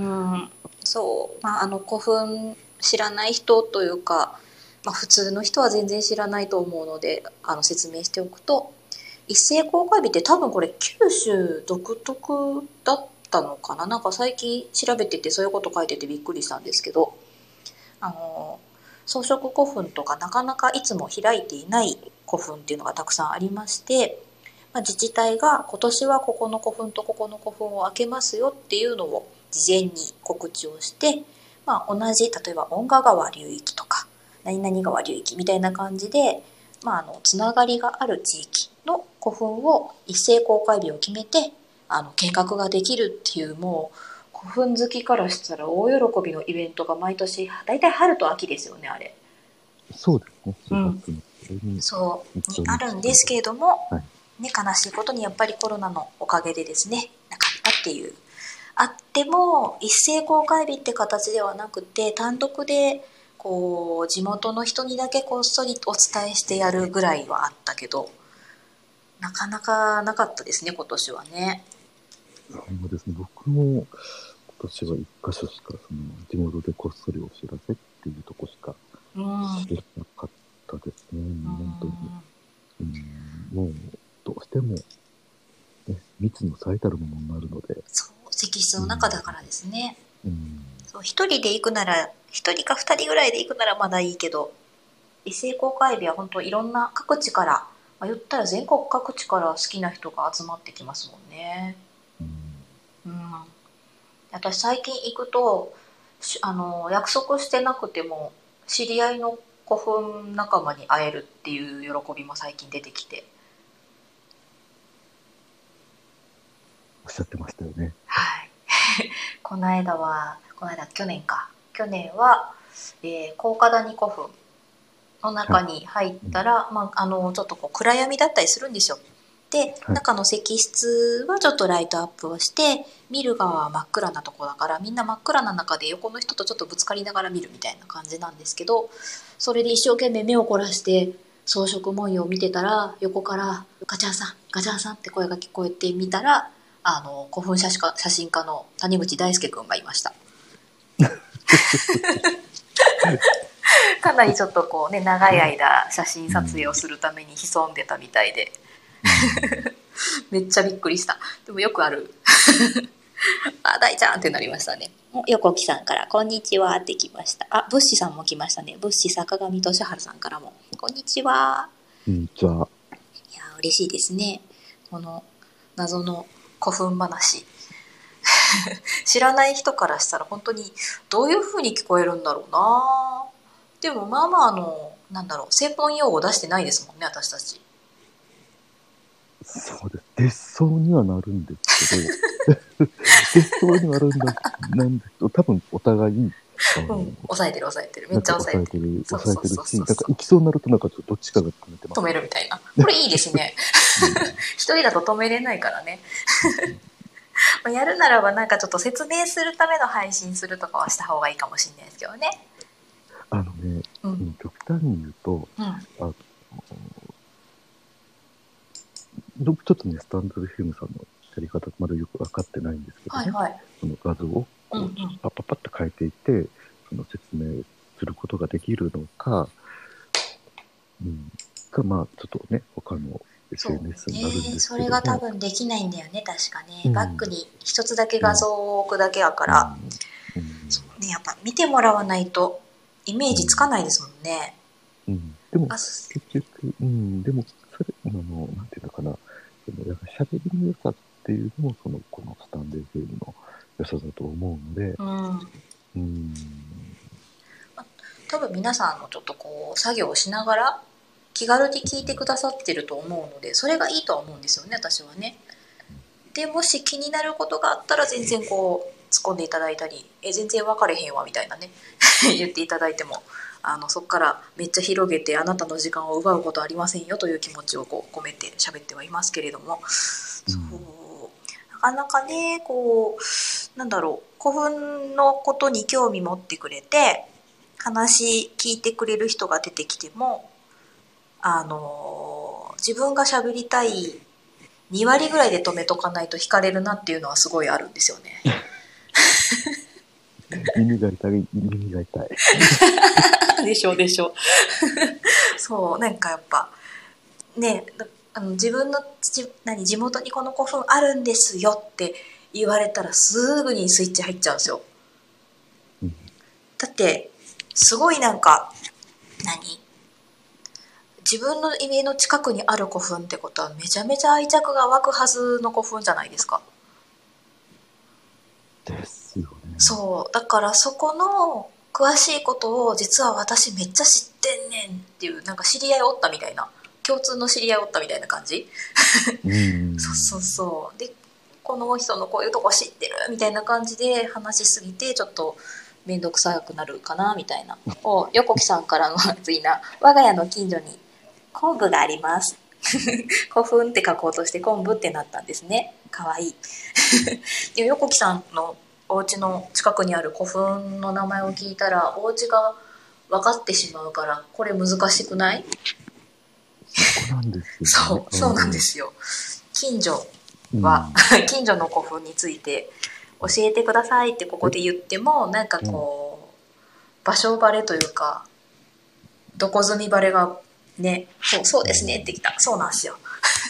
そう。まああの古墳知らない人というか、まあ、普通の人は全然知らないと思うので、あの説明しておくと、一斉公開日って多分これ九州独特だったのかな。なんか最近調べててそういうこと書いててびっくりしたんですけど、あの装飾古墳とかなかなかいつも開いていない古墳っていうのがたくさんありまして、まあ、自治体が今年はここの古墳とここの古墳を開けますよっていうのを事前に告知をして、まあ、同じ例えば遠賀川流域とか何々川流域みたいな感じで、まあ、あのつながりがある地域の古墳を一斉公開日を決めてあの見学ができるっていう、もう古墳好きからしたら大喜びのイベントが毎年だいたい春と秋ですよね、あれ。 そうですね、しがつに、うん、そうにあるんですけれども、はい、ね、悲しいことにやっぱりコロナのおかげでですねなかったっていう。あっても一斉公開日って形ではなくて単独でこう地元の人にだけこっそりお伝えしてやるぐらいはあったけど、なかなかなかったですね今年はね。 そうですね、僕も今年は一箇所しか、その、地元でこっそりお知らせっていうとこしか知らなかったですね、本当に。うん、もう、どうしても、ね、密の最たるものになるので。 そう、石室の中だからですね。 うん、 そう、一人で行くなら、一人か二人ぐらいで行くならまだいいけど、異性公開日は本当いろんな各地から、まあ、言ったら全国各地から好きな人が集まってきますもんね。うん、うん、私最近行くとあの約束してなくても知り合いの古墳仲間に会えるっていう喜びも最近出てきて、 おっしゃってましたよね。 はいこの間はこの間去年か去年は、えー、高架谷古墳の中に入ったら、はい、まあ、あのちょっとこう暗闇だったりするんですよ。で、はい、中の石室はちょっとライトアップをして見る側は真っ暗なとこだからみんな真っ暗な中で横の人とちょっとぶつかりながら見るみたいな感じなんですけど、それで一生懸命目を凝らして装飾文様を見てたら横からガチャンさんガチャンさんって声が聞こえてみたらあの古墳写真家、写真家の谷口大輔くんがいましたかなりちょっとこうね長い間写真撮影をするために潜んでたみたいでめっちゃびっくりした。でもよくあるあ、大ちゃんってなりましたね。横木さんからこんにちはって来ました。あ、ブッシさんも来ましたね。ブッシ坂上俊治さんからもこんにちは。 こんにちは。 いや嬉しいですね。この謎の古墳話知らない人からしたら本当にどういう風に聞こえるんだろうな。でもまあまああのなんだろう専門用語出してないですもんね私たち。 そうです。別荘にはなるんですけど別荘にはなるんだなんですけど多分お互い、うん、 抑えてる抑えてるめっちゃ抑えてる抑えてるし、なんか行きそうになるとなんかちょっとどっちかが止めてます。 止めるみたいな。これいいですね一人だと止めれないからねやるならばなんかちょっと説明するための配信するとかはした方がいいかもしれないですけどね。 あのね、うん、極端に言うと、うん、あ僕ちょっとねスタンド エフエム さんのやり方まだよく分かってないんですけどね、はいはい、その画像をこう、うんうん、パッパッパッと変えていってその説明することができるのか、うん、かまあちょっとね他の エスエヌエス になるんですけども、 それが多分できないんだよね確かね、うん、バックに一つだけ画像を置くだけやから、うんうん、そうね、やっぱ見てもらわないとイメージつかないですもんね、 うんうん、でも結局、うん、でもそれあのなんていうのかな、そのやっぱ喋りの良さっていうのもそのこのスタンド エフエム の良さだと思うので、うんうん、 多分皆さんのちょっとこう作業をしながら気軽に聞いてくださってると思うのでそれがいいとは思うんですよね私はね。でもし気になることがあったら全然こう突っ込んでいただいたりえ全然分かれへんわみたいなね言っていただいてもあのそこからめっちゃ広げてあなたの時間を奪うことはありませんよという気持ちをこう込めて喋ってはいますけれども、うん、そうなかなかねこうなんだろう古墳のことに興味持ってくれて話聞いてくれる人が出てきてもあの自分が喋りたいに割ぐらいで止めとかないと惹かれるなっていうのはすごいあるんですよね耳が痛い耳が痛いでしょでしょそうなんかやっぱねあの自分のち何地元にこの古墳あるんですよって言われたらすぐにスイッチ入っちゃうんですよ、うん、だってすごいなんか何自分の家の近くにある古墳ってことはめちゃめちゃ愛着が湧くはずの古墳じゃないですか。 ですよね。 そうだからそこの詳しいことを実は私めっちゃ知ってんねんっていうなんか知り合いおったみたいな共通の知り合いおったみたいな感じうんそうそうそうでこの人のこういうとこ知ってるみたいな感じで話しすぎてちょっと面倒くさくなるかなみたいなお横木さんからの熱いな我が家の近所に昆布があります古墳って書こうとして昆布ってなったんですね。かわいいで横木さんのお家の近くにある古墳の名前を聞いたらお家が分かってしまうからこれ難しくない？ そうなんですよ、ね、 そうそうなんですよ。近所は、うん、近所の古墳について教えてくださいってここで言っても、なんかこう場所バレというかどこ住みバレがね、そうそうですねってきた。そうなんですよ。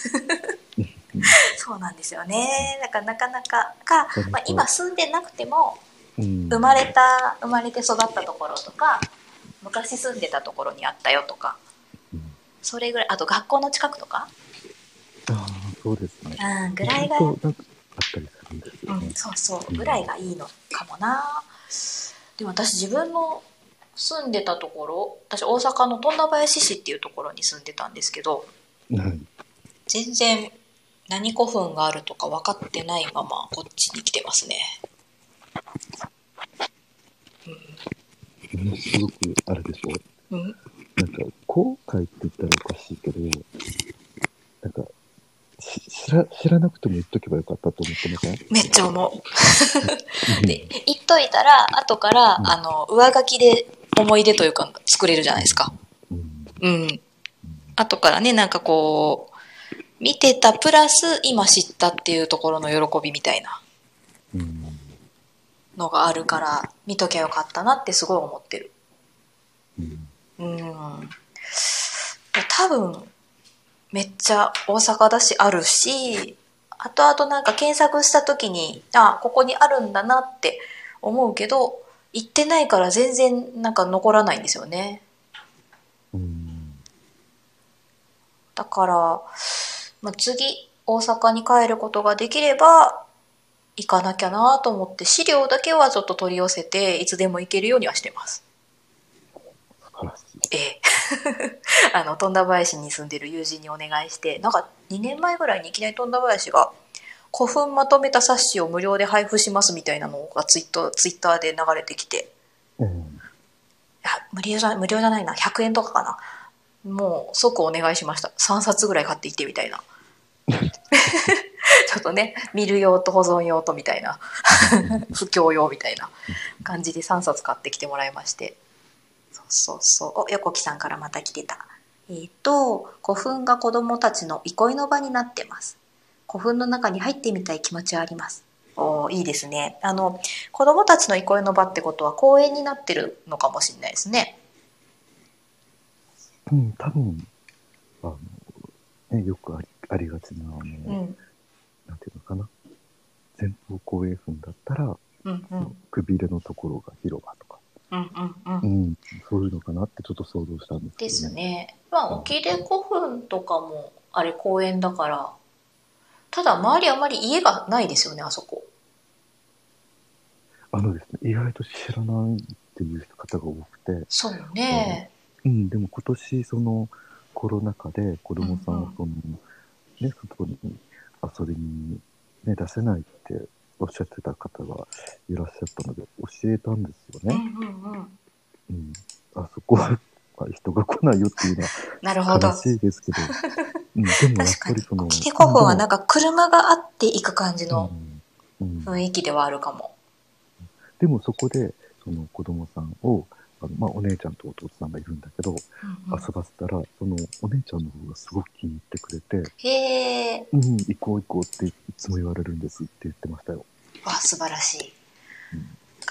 そうなんですよね。だからなかなかか、まあ、今住んでなくても生まれた生まれて育ったところとか昔住んでたところにあったよとか、それぐらい、あと学校の近くとか、 ああそうですね、 うん、ぐらいがなんかあったりするんですよね、 うん、そうそうぐらいがいいのかもな。でも私自分の住んでたところ、私大阪の富田林市っていうところに住んでたんですけど、 はい、 全然何古墳があるとか分かってないままこっちに来てますね。 うん、ものすごくあれでしょう、うん、なんか後悔って言ったらおかしいけど、なんか知ら、知らなくても言っとけばよかったと思ってません？めっちゃ思う。で、言っといたら後から、うん、あの上書きで思い出というか作れるじゃないですか。うん。うん、後からね、なんかこう見てたプラス今知ったっていうところの喜びみたいなのがあるから見ときゃよかったなってすごい思ってる。うん。うん、多分めっちゃ大阪だしあるし、後々なんか検索した時にあここにあるんだなって思うけど行ってないから全然なんか残らないんですよね。うん、だから、まあ、次大阪に帰ることができれば行かなきゃなと思って資料だけはちょっと取り寄せていつでも行けるようにはしてます。ええあの富田林に住んでる友人にお願いして、なんかにねんまえぐらいにいきなり富田林が古墳まとめた冊子を無料で配布しますみたいなのがツイッター、ツイッターで流れてきて、うん、いや無料じゃ無料じゃないな、ひゃくえんとかかな、もう即お願いしました。さんさつぐらい買っていってみたいなちょっとね、見る用と保存用とみたいな布教用みたいな感じでさんさつ買ってきてもらいまして、そうそうそう、お、横木さんからまた来てた。えっと古墳が子どもたちの憩いの場になってます。古墳の中に入ってみたい気持ちはあります。お、いいですね。あの子どもたちの憩いの場ってことは公園になってるのかもしれないですね。 うん、多分あの、ね、よくあり、ありがちなあの、うん、なんていうのかな、前方後円墳だったら、うんうん、くびれのところが広場とか、うんうんうんうん、そういうのかなってちょっと想像したんですけどね。ですね。まあ沖出古墳とかもあれ公園だから、ただ周りあまり家がないですよね、あそこ。あのですね、意外と知らないっていう方が多くて。そうね。うん、でも今年そのコロナ禍で子供さんをその、うんうん、ね、外に遊びに、ね、出せないっておっしゃってた方がいらっしゃったので教えたんですよね。うんうんうんうん、あそこは人が来ないよっていうのは悲しいですけど、うん、でもやっぱりその沖出古墳はなんか車があって行く感じの雰囲気ではあるかも。でもそこでその子供さんをあの、まあ、お姉ちゃんと弟さんがいるんだけど、うんうん、遊ばせたらそのお姉ちゃんの方がすごく気に入ってくれて、へー、うん、行こう行こうっていつも言われるんですって言ってましたよ。わ、素晴らしい。うん、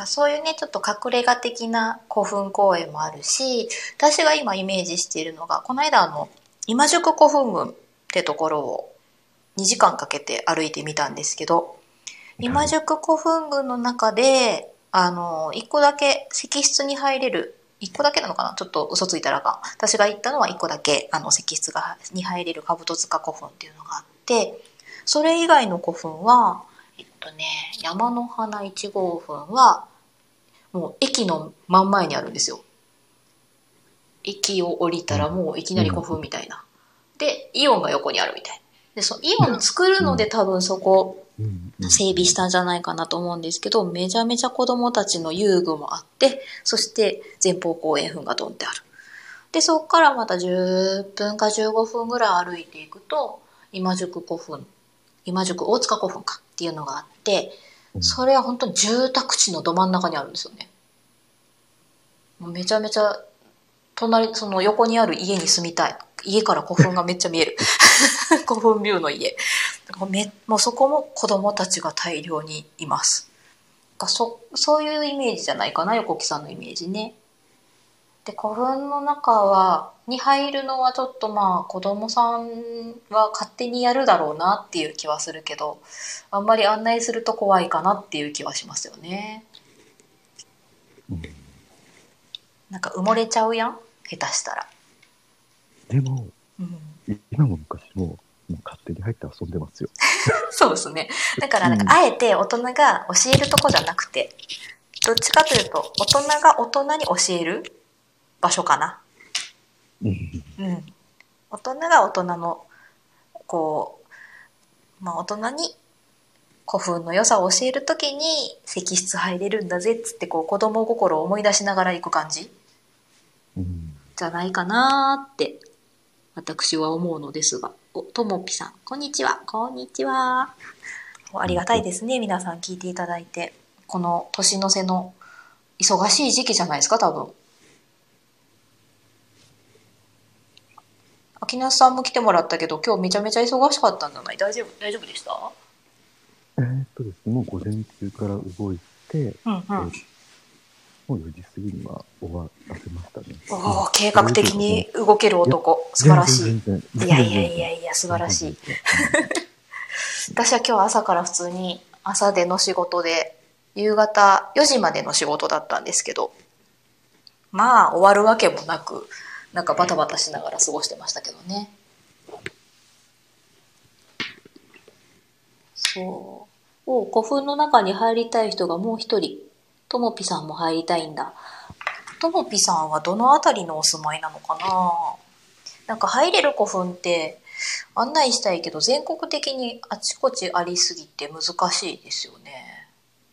そういうねちょっと隠れ家的な古墳公園もあるし、私が今イメージしているのがこの間あの今宿古墳群ってところをにじかんかけて歩いてみたんですけど、今宿古墳群の中であのいっこだけ石室に入れる、いっこだけなのかな、ちょっと嘘ついたらか、私が行ったのはいっこだけあの石室がに入れる兜塚古墳っていうのがあって、それ以外の古墳はえっとね山の花いち号墳はもう駅の真ん前にあるんですよ。駅を降りたらもういきなり古墳みたいな、でイオンが横にあるみたいで、そのイオン作るので多分そこ整備したんじゃないかなと思うんですけど、めちゃめちゃ子供たちの遊具もあって、そして前方後円墳がドンってある。でそこからまたじゅっぷんかじゅうごふんぐらい歩いていくと今宿古墳、今宿大塚古墳かっていうのがあって、それは本当に住宅地のど真ん中にあるんですよね。もうめちゃめちゃ隣、その横にある家に住みたい。家から古墳がめっちゃ見える古墳ビューの家めもうそこも子供たちが大量にいます。そそういうイメージじゃないかな、横木さんのイメージね。で、古墳の中はに入るのはちょっとまあ子供さんは勝手にやるだろうなっていう気はするけど、あんまり案内すると怖いかなっていう気はしますよね。 うん、 なんか埋もれちゃうやん、下手したら。 でも、 うん、 今も昔ももう勝手に入って遊んでますよ。 そうですね。だからなんかあえて大人が教えるとこじゃなくて、どっちかというと大人が大人に教える場所かな。 うん、 うん。大人が大人のこう、まあ大人に古墳の良さを教えるときに石室入れるんだぜっつってこう子供心を思い出しながら行く感じ、 うん、 じゃないかなって私は思うのですが。お、ともぴさん、こんにちは。こんにちは。ありがたいですね。皆さん聞いていただいて。この年の瀬の忙しい時期じゃないですか、多分。秋夏さんも来てもらったけど、今日めちゃめちゃ忙しかったんじゃない？大丈夫、大丈夫でした？ えーっとですね、もう午前中から動いて、 うんうん。 えーもうよじ過ぎには終わらせましたね。 おお、計画的に動ける男。素晴らしい。 全然全然いやいやいやいや、素晴らしい。私は今日朝から普通に朝での仕事で、夕方よじまでの仕事だったんですけど、まあ終わるわけもなく、なんかバタバタしながら過ごしてましたけどね。そう。お、古墳の中に入りたい人がもう一人。ともぴさんも入りたいんだ。ともぴさんはどのあたりのお住まいなのかな？なんか入れる古墳って案内したいけど全国的にあちこちありすぎて難しいですよね。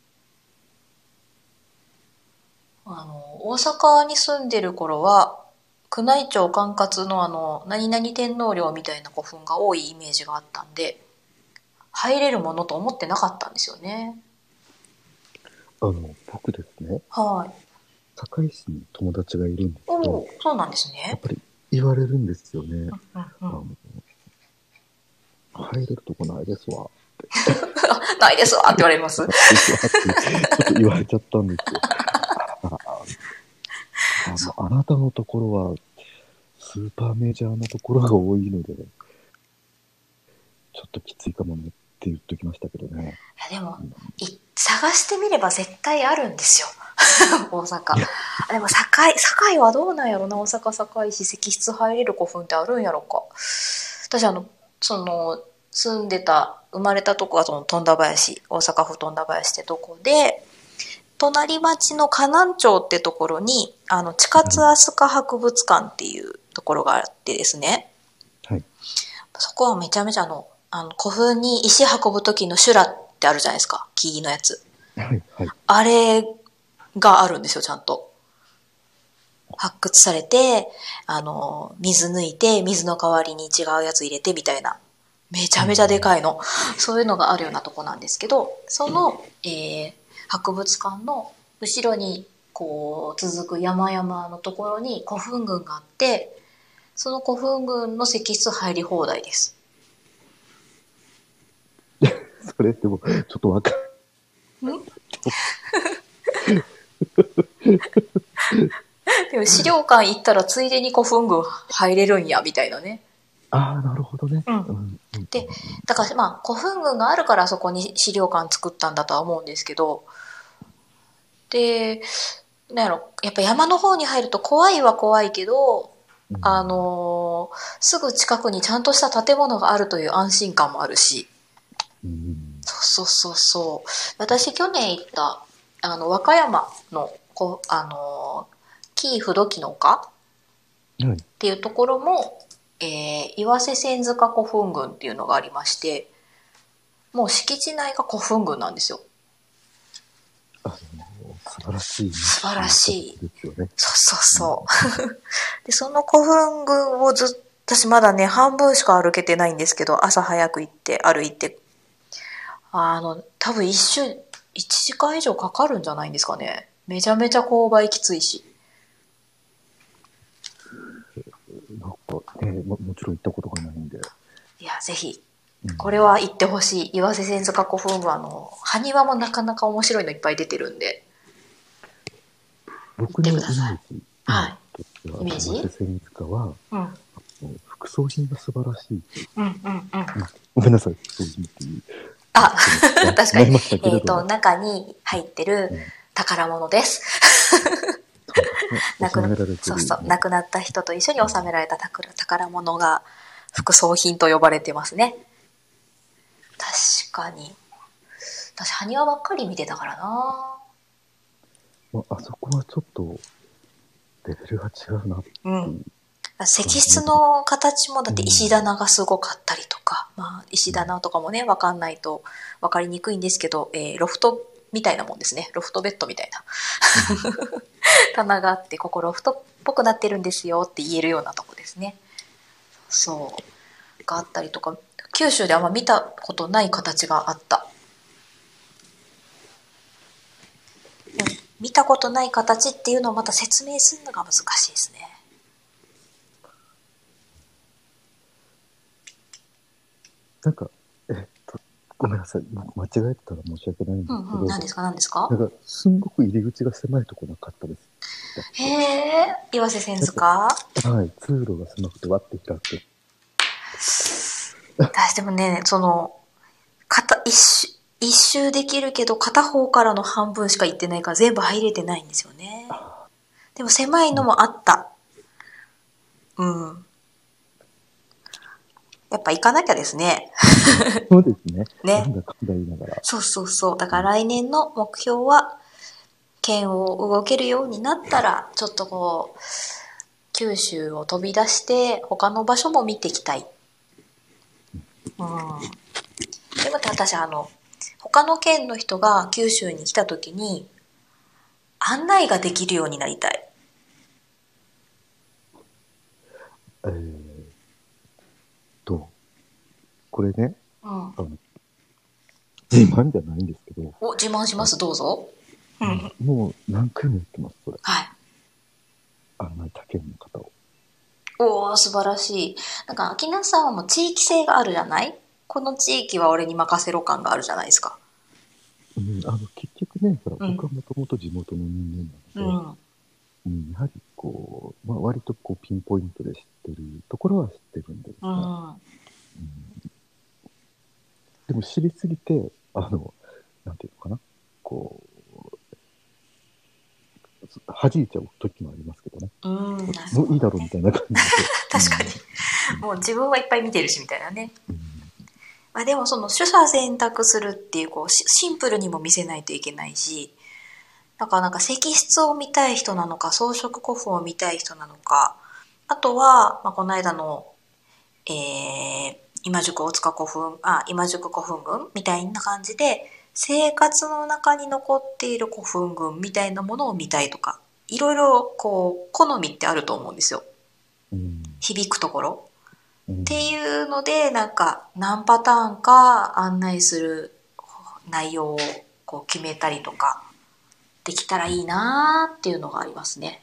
あの、大阪に住んでる頃は宮内庁管轄のあの、何々天皇陵みたいな古墳が多いイメージがあったんで、入れるものと思ってなかったんですよね。 あの、僕ですね、 はい。 堺市に友達がいるんですけおど、 お、そうなんですね。 やっぱり言われるんですよね。 うんうんあうん、 の入れるとこないですわ。 ないですわって言われます。 ちょっと言われちゃったんですよ。ああのあなたのところはスーパーメジャーなところが多いので、ちょっときついかもねって言っときましたけどね。 いやでも、い探してみれば絶対あるんですよ。大阪。でも堺、堺はどうなんやろな。大阪堺市石室入れる古墳ってあるんやろか。私あの、その、住んでた、生まれたとこはその富田林、大阪府富田林ってとこで、隣町の河南町ってところに、あの、地下津飛鳥博物館っていうところがあってですね。 はい。 そこはめちゃめちゃあの、あの、古墳に石運ぶ時の修羅ってあるじゃないですか。木のやつ。 はいはい。 あれがあるんですよ、ちゃんと。発掘されて、あの、水抜いて、水の代わりに違うやつ入れてみたいな。めちゃめちゃでかいの。そういうのがあるようなとこなんですけど、その、えー、博物館の後ろに、こう、続く山々のところに古墳群があって、その古墳群の石室入り放題です。 それでも、ちょっとわかんんでも資料館行ったらついでに古墳群入れるんや、みたいなね。 ああ、なるほどね。 うん。うん、で、だからまあ古墳群があるからそこに資料館作ったんだとは思うんですけど、で、なんやろ、やっぱ山の方に入ると怖いは怖いけど、うん、あのー、すぐ近くにちゃんとした建物があるという安心感もあるし、うん、そうそうそうそう。私去年行ったあの和歌山のこあのー紀伊不土記の丘っていうところも、えー、岩瀬千塚古墳群っていうのがありまして、もう敷地内が古墳群なんですよ。 あの素晴らしい、 素晴らしいですよね。 そうそうそう。でその古墳群をずっと私まだね半分しか歩けてないんですけど、朝早く行って歩いて、あの多分一周いちじかん以上かかるんじゃないんですかね。めちゃめちゃ勾配きついし。 なんかね、も、もちろん行ったことがないんで。 いや、ぜひ、 うん、 これは言ってほしい。岩瀬千塚古墳部、あの、埴輪もなかなか面白いのいっぱい出てるんで。 僕のイメージ、 はい。 イメージ岩瀬千塚は、うん、副葬品が素晴らしい。 うんうんうん。 ごめんなさい、副葬品っていう。 あ、確かに。えっと、中に入ってる宝物です。亡くなそうそう、亡くなった人と一緒に収められた宝物が副葬品と呼ばれてますね。確かに。私、埴輪ばっかり見てたからな。 まあ、あそこはちょっと、レベルが違うなっていう。うん。 石室の形もだって石棚がすごかったりとか、うん、まあ石棚とかもね、わかんないとわかりにくいんですけど、えー、ロフトみたいなもんですね。ロフトベッドみたいな。棚があって、ここロフトっぽくなってるんですよって言えるようなとこですね。そう。があったりとか、九州であんま見たことない形があった。見たことない形っていうのをまた説明するのが難しいですね。 なんか、えっと、ごめんなさい。間違えてたら申し訳ないんですけど。うんうん、 何ですか何ですか？ なんか、すんごく入り口が狭いとこなかったです。 へえ、岩瀬千塚？はい、 通路が狭くて割って開く。 私でもね、その、片、一周、一周できるけど、片方からの半分しか行ってないから全部入れてないんですよね。でも狭いのもあった。うん。やっぱ行かなきゃですね。 そうですね。 ね。 なんだかんだ言いながら。 そうそうそう。だから来年の目標は、県を動けるようになったら、ちょっとこう、九州を飛び出して、他の場所も見ていきたい。うん。でも私、あの、他の県の人が九州に来た時に、案内ができるようになりたい。 えーと、これね、うん、あの自慢じゃないんですけど。 お、自慢します、どうぞ。 うん、もう何回も言ってます、それ。 はい。 案内他県の方を。 おー、素晴らしい。なんか、秋名さんはもう地域性があるじゃない？この地域は俺に任せろ感があるじゃないですか。 うん、あの、結局ね、ほら、僕はもともと地元の人間なので、うんうん、やはりこう、まあ、割とこうピンポイントで知ってるところは知ってるんですが、うんうん、でも知りすぎて、あの、なんていうのかな、こう、弾いちゃう時もありますけどね。うん、もういいだろうみたいな感じで。 確かに、うん。もう自分はいっぱい見てるしみたいなね。うん、まあでもその取捨選択するっていう、こうシンプルにも見せないといけないし、だからなんか石室を見たい人なのか、装飾古墳を見たい人なのか、あとは、まあ、この間の、えー、今宿大塚古墳、あ、今宿古墳群みたいな感じで、生活の中に残っている古墳群みたいなものを見たいとか、いろいろこう、好みってあると思うんですよ。うん、響くところ、うん。っていうので、なんか何パターンか案内する内容をこう決めたりとか、できたらいいなーっていうのがありますね。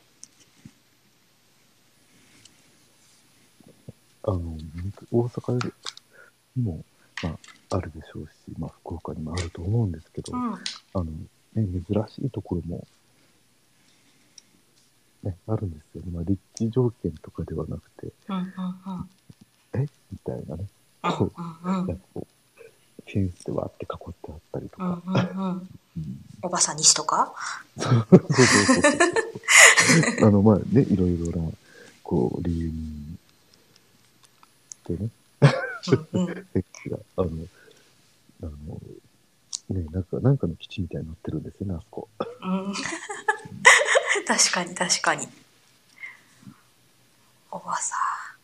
あの、大阪にも、まあ、あるでしょうし、まあ、福岡にもあると思うんですけど、うん、あの、ね、珍しいところも、ね、あるんですよね。まあ、立地条件とかではなくて、うんうんうん、えみたいなね、こう、うんうんうん、なんかこう、フェンスでわーって囲ってあったりとか。うんうんうんうん、おばさん西とかそうそうそうそう。あの、まあね、いろいろな、こう、理由に、でね、うんうん、セックスが、あの、あの、ね、なんか、なんかの基地みたいになってるんですよね、あそこ。うん、 確かに、確かに。おばさ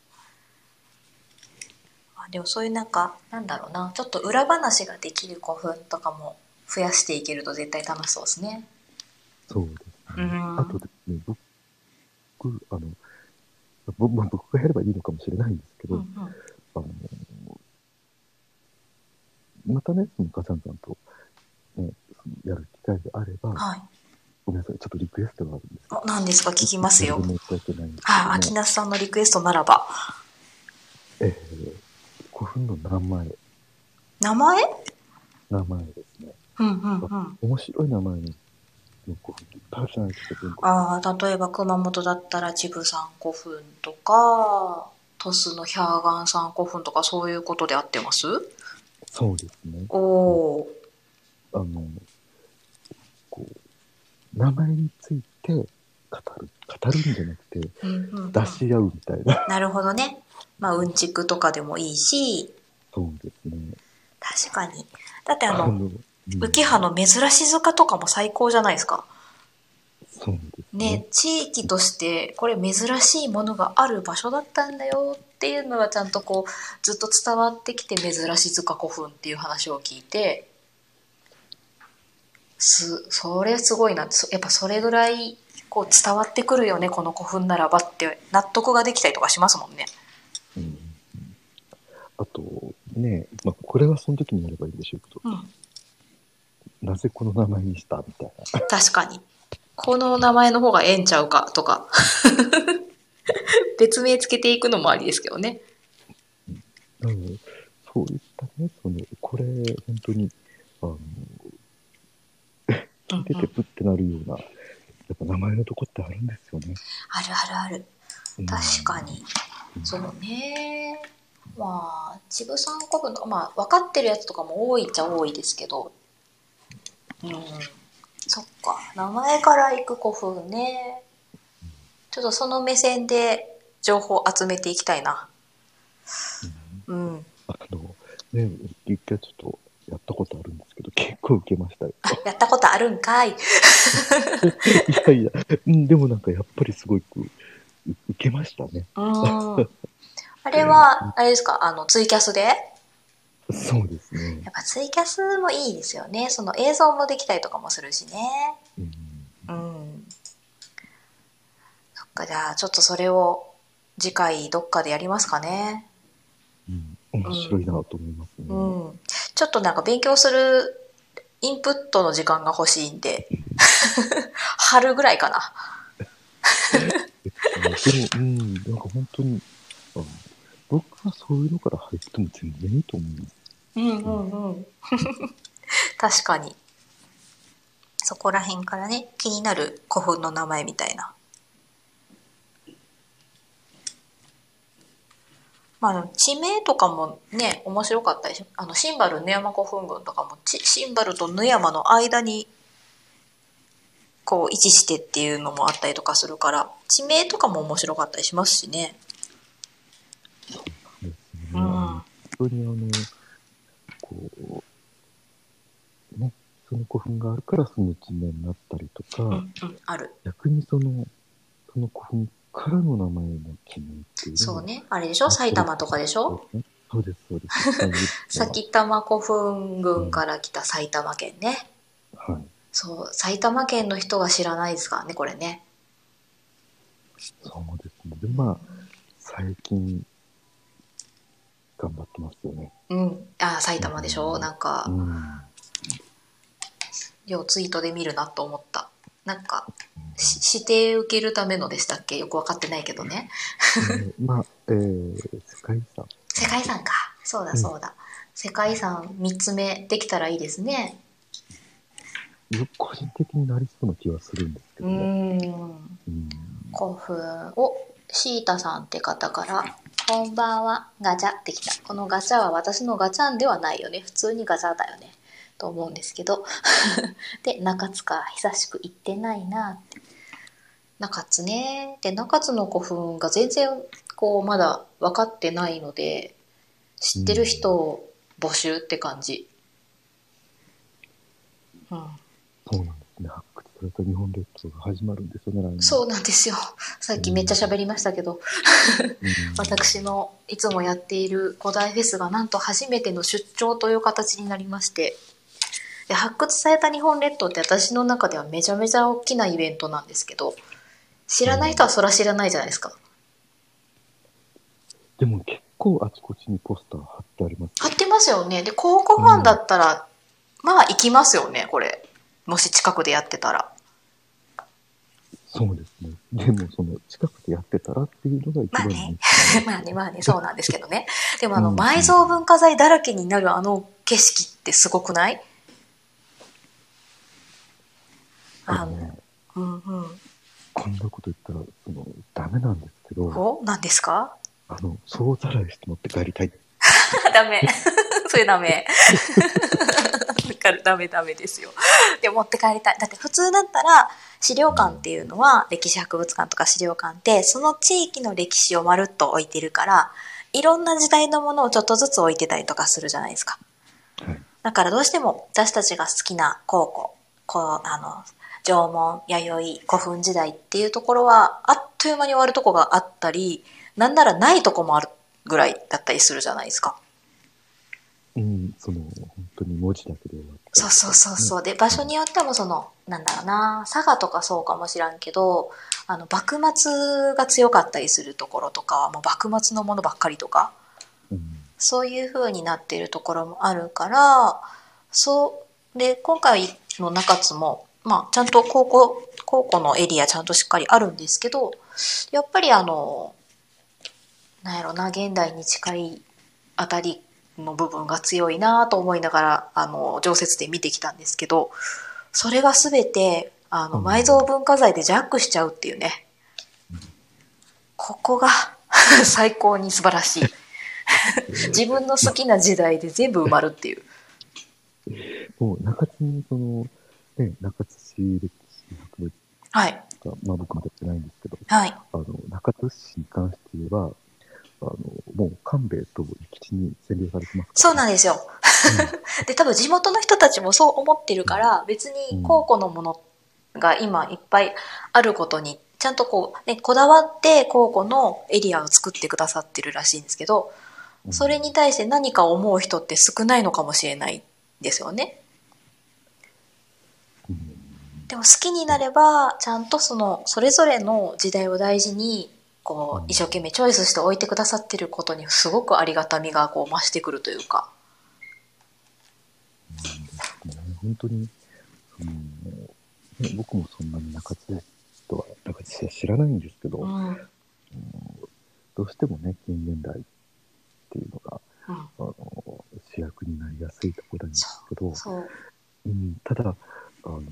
ん。でもそういうなんか、なんだろうな、ちょっと裏話ができる古墳とかも増やしていけると絶対楽しそうですね。 そうですね。うん、あとですね、僕、あの、まあ、僕がやればいいのかもしれないんですけど、うんうん、あの、またね、そのカサンさんと、ね、やる機会があれば、はい、ごめんなさい、ちょっとリクエストがあるんですけど。 何ですか、聞きますよ。 申し訳ないんですけど、ね、 はい、秋那さんのリクエストならば。 えー、古墳の名前。 名前名前ですね。 うんうんうん。 面白い名前の古墳っていっぱいあるじゃないですか、全国。 ああ、例えば熊本だったらちぶさん古墳とか、鳥栖のヒャーガンさん古墳とかそういうことで合ってます？ そうですね。 おお。 あの、こう、名前について語る。語るんじゃなくて、 うんうんうん、 出し合うみたいな。 なるほどね。まあ、うんちくとかでもいいし、 そうですね。 確かに。だってあの、 あの、うん、 浮葉の珍し塚とかも最高じゃないですか。 そうですね。 ね、地域としてこれ珍しいものがある場所だったんだよっていうのがちゃんとこうずっと伝わってきて、珍し塚古墳っていう話を聞いて、すそれすごいなって、やっぱそれぐらいこう伝わってくるよねこの古墳ならばって納得ができたりとかしますもんね。 うん、あと、ね、まあ、これはその時にやればいいんでしょうけど、 うん、 なぜこの名前にしたみたいな。 確かにこの名前の方がええんちゃうかとか別名つけていくのもありですけどね。 なので、そういったね、その、これ、本当に、あの、聞いててプッてなるような、やっぱ名前のとこってあるんですよね。 あるあるある。確かに。 うん、 そうね。まあ、ちぶさん古墳とか、まあ、分かってるやつとかも多いっちゃ多いですけど、うん、そっか。名前から行く古墳ね。ちょっとその目線で情報集めていきたいな。うん。 あの、ね、一回ちょっとやったことあるんですけど、結構受けましたよ。 あ、やったことあるんかい。 いやいや、うん、でもなんかやっぱりすごく受けましたね。 うん。あれは、あれですか、あの、ツイキャスで？ そうですね。 やっぱツイキャスもいいですよね。その映像もできたりとかもするしね。 うん、 うん。そっか、じゃあちょっとそれを次回どっかでやりますかね。 うん、面白いなと思いますね。 うん。ちょっとなんか勉強するインプットの時間が欲しいんで、春ぐらいかな。 でも、うん、なんか本当に、あの僕はそういうのから入っても全然いいと思います。 うんうんうん。確かに。そこら辺からね、気になる古墳の名前みたいな。まあ、地名とかもね、面白かったでしょ。あの、シンバルヌヤマ古墳群とかも、シンバルとヌヤマの間に、こう、位置してっていうのもあったりとかするから、地名とかも面白かったりしますしね。 そうですね。 うん。 本当にあの、こう、ね、その古墳があるからその地名になったりとか、 うんうん、ある。 逆にその、その古墳からの名前の地名っていうのも、 そうね。あれでしょ、埼玉とかでしょ。 そうです、そうです。 埼玉古墳群から来た埼玉県ね。 うん、はい。 そう、埼玉県の人が知らないですからね、これね。 そうですね。で、まあ、最近、頑張ってますよね。 うん。あ、埼玉でしょ、うん、なんか、 うん、 ようツイートで見るなと思った。なんか、指定受けるためのでしたっけ、よく分かってないけどね。 えー、まあ、えー、世界遺産。 世界遺産か。そうだそうだ。うん、世界遺産みっつめできたらいいですね。 個人的になりそうな気はするんですけどね。 うん。古墳をシータさんって方から、こんばんは、ガチャってきた。このガチャは私のガチャンではないよね。普通にガチャだよね。と思うんですけど。で、中津か、久しく行ってないなって。中津ね。で、中津の古墳が全然こうまだ分かってないので、知ってる人を募集って感じ。うん。 そうなんですね。発掘された日本列島が始まるんですよね、来年。 そうなんですよ。さっきめっちゃ喋りましたけど、私のいつもやっている古代フェスがなんと初めての出張という形になりまして、で、発掘された日本列島って私の中ではめちゃめちゃ大きなイベントなんですけど、知らない人はそら知らないじゃないですか。 でも結構あちこちにポスター貼ってあります。 貼ってますよね。で、高校ファンだったら、うん、まあ行きますよね、これ。もし近くでやってたら。 そうですね。でもその近くでやってたらっていうのが一番いい、 ね。まあね、まあね、まあね、そうなんですけどね。でもあの、埋蔵文化財だらけになるあの景色ってすごくない？あの、うんうん。 こんなこと言ったら、その、ダメなんですけど。 お、何ですか？ あの、総ざらいして持って帰りたい。 ダメ。それダメ。だからダメダメですよ。で、持って帰りたい。だって普通だったら、資料館っていうのは、歴史博物館とか資料館って、その地域の歴史をまるっと置いてるから、いろんな時代のものをちょっとずつ置いてたりとかするじゃないですか。 はい、 だからどうしても私たちが好きな考古、こう、あの、縄文、弥生、古墳時代っていうところは、あっという間に終わるとこがあったり、なんならないとこもあるぐらいだったりするじゃないですか。 うん、その、本当に文字だけで終わって、 そうそうそうそう。で、場所によってもその、なんだろうな、佐賀とかそうかもしらんけど、あの、幕末が強かったりするところとかは、もう幕末のものばっかりとか、 うん、 そういう風になっているところもあるから、そう、で、今回の中津も、まあ、ちゃんと高校、高校のエリアちゃんとしっかりあるんですけど、やっぱりあの、なんやろな、現代に近いあたりの部分が強いなと思いながら、あの、常設で見てきたんですけど、それが全て、あの、埋蔵文化財でジャックしちゃうっていうね。ここが最高に素晴らしい。自分の好きな時代で全部埋まるっていう。 もう中津にその、ね、中津市歴史博物館、はい、まあ僕もやってないんですけど、はい、あの中津市に関して言えば、あのもう官兵衛と生地に占領されてますから、ね、 そうなんですよ。うん、で多分地元の人たちもそう思ってるから、うん、別に考古のものが今いっぱいあることにちゃんとこう、ね、こだわって考古のエリアを作ってくださってるらしいんですけど、それに対して何か思う人って少ないのかもしれないですよね。でも好きになればちゃんとそのそれぞれの時代を大事にこう一生懸命チョイスして置いてくださってることにすごくありがたみがこう増してくるというか。 うん、本当にその、ね、僕もそんなに中津とは中津市は知らないんですけど、うん、どうしてもね近現代っていうのが、うん、あの主役になりやすいところなんですけど、そうそう、うん、ただあの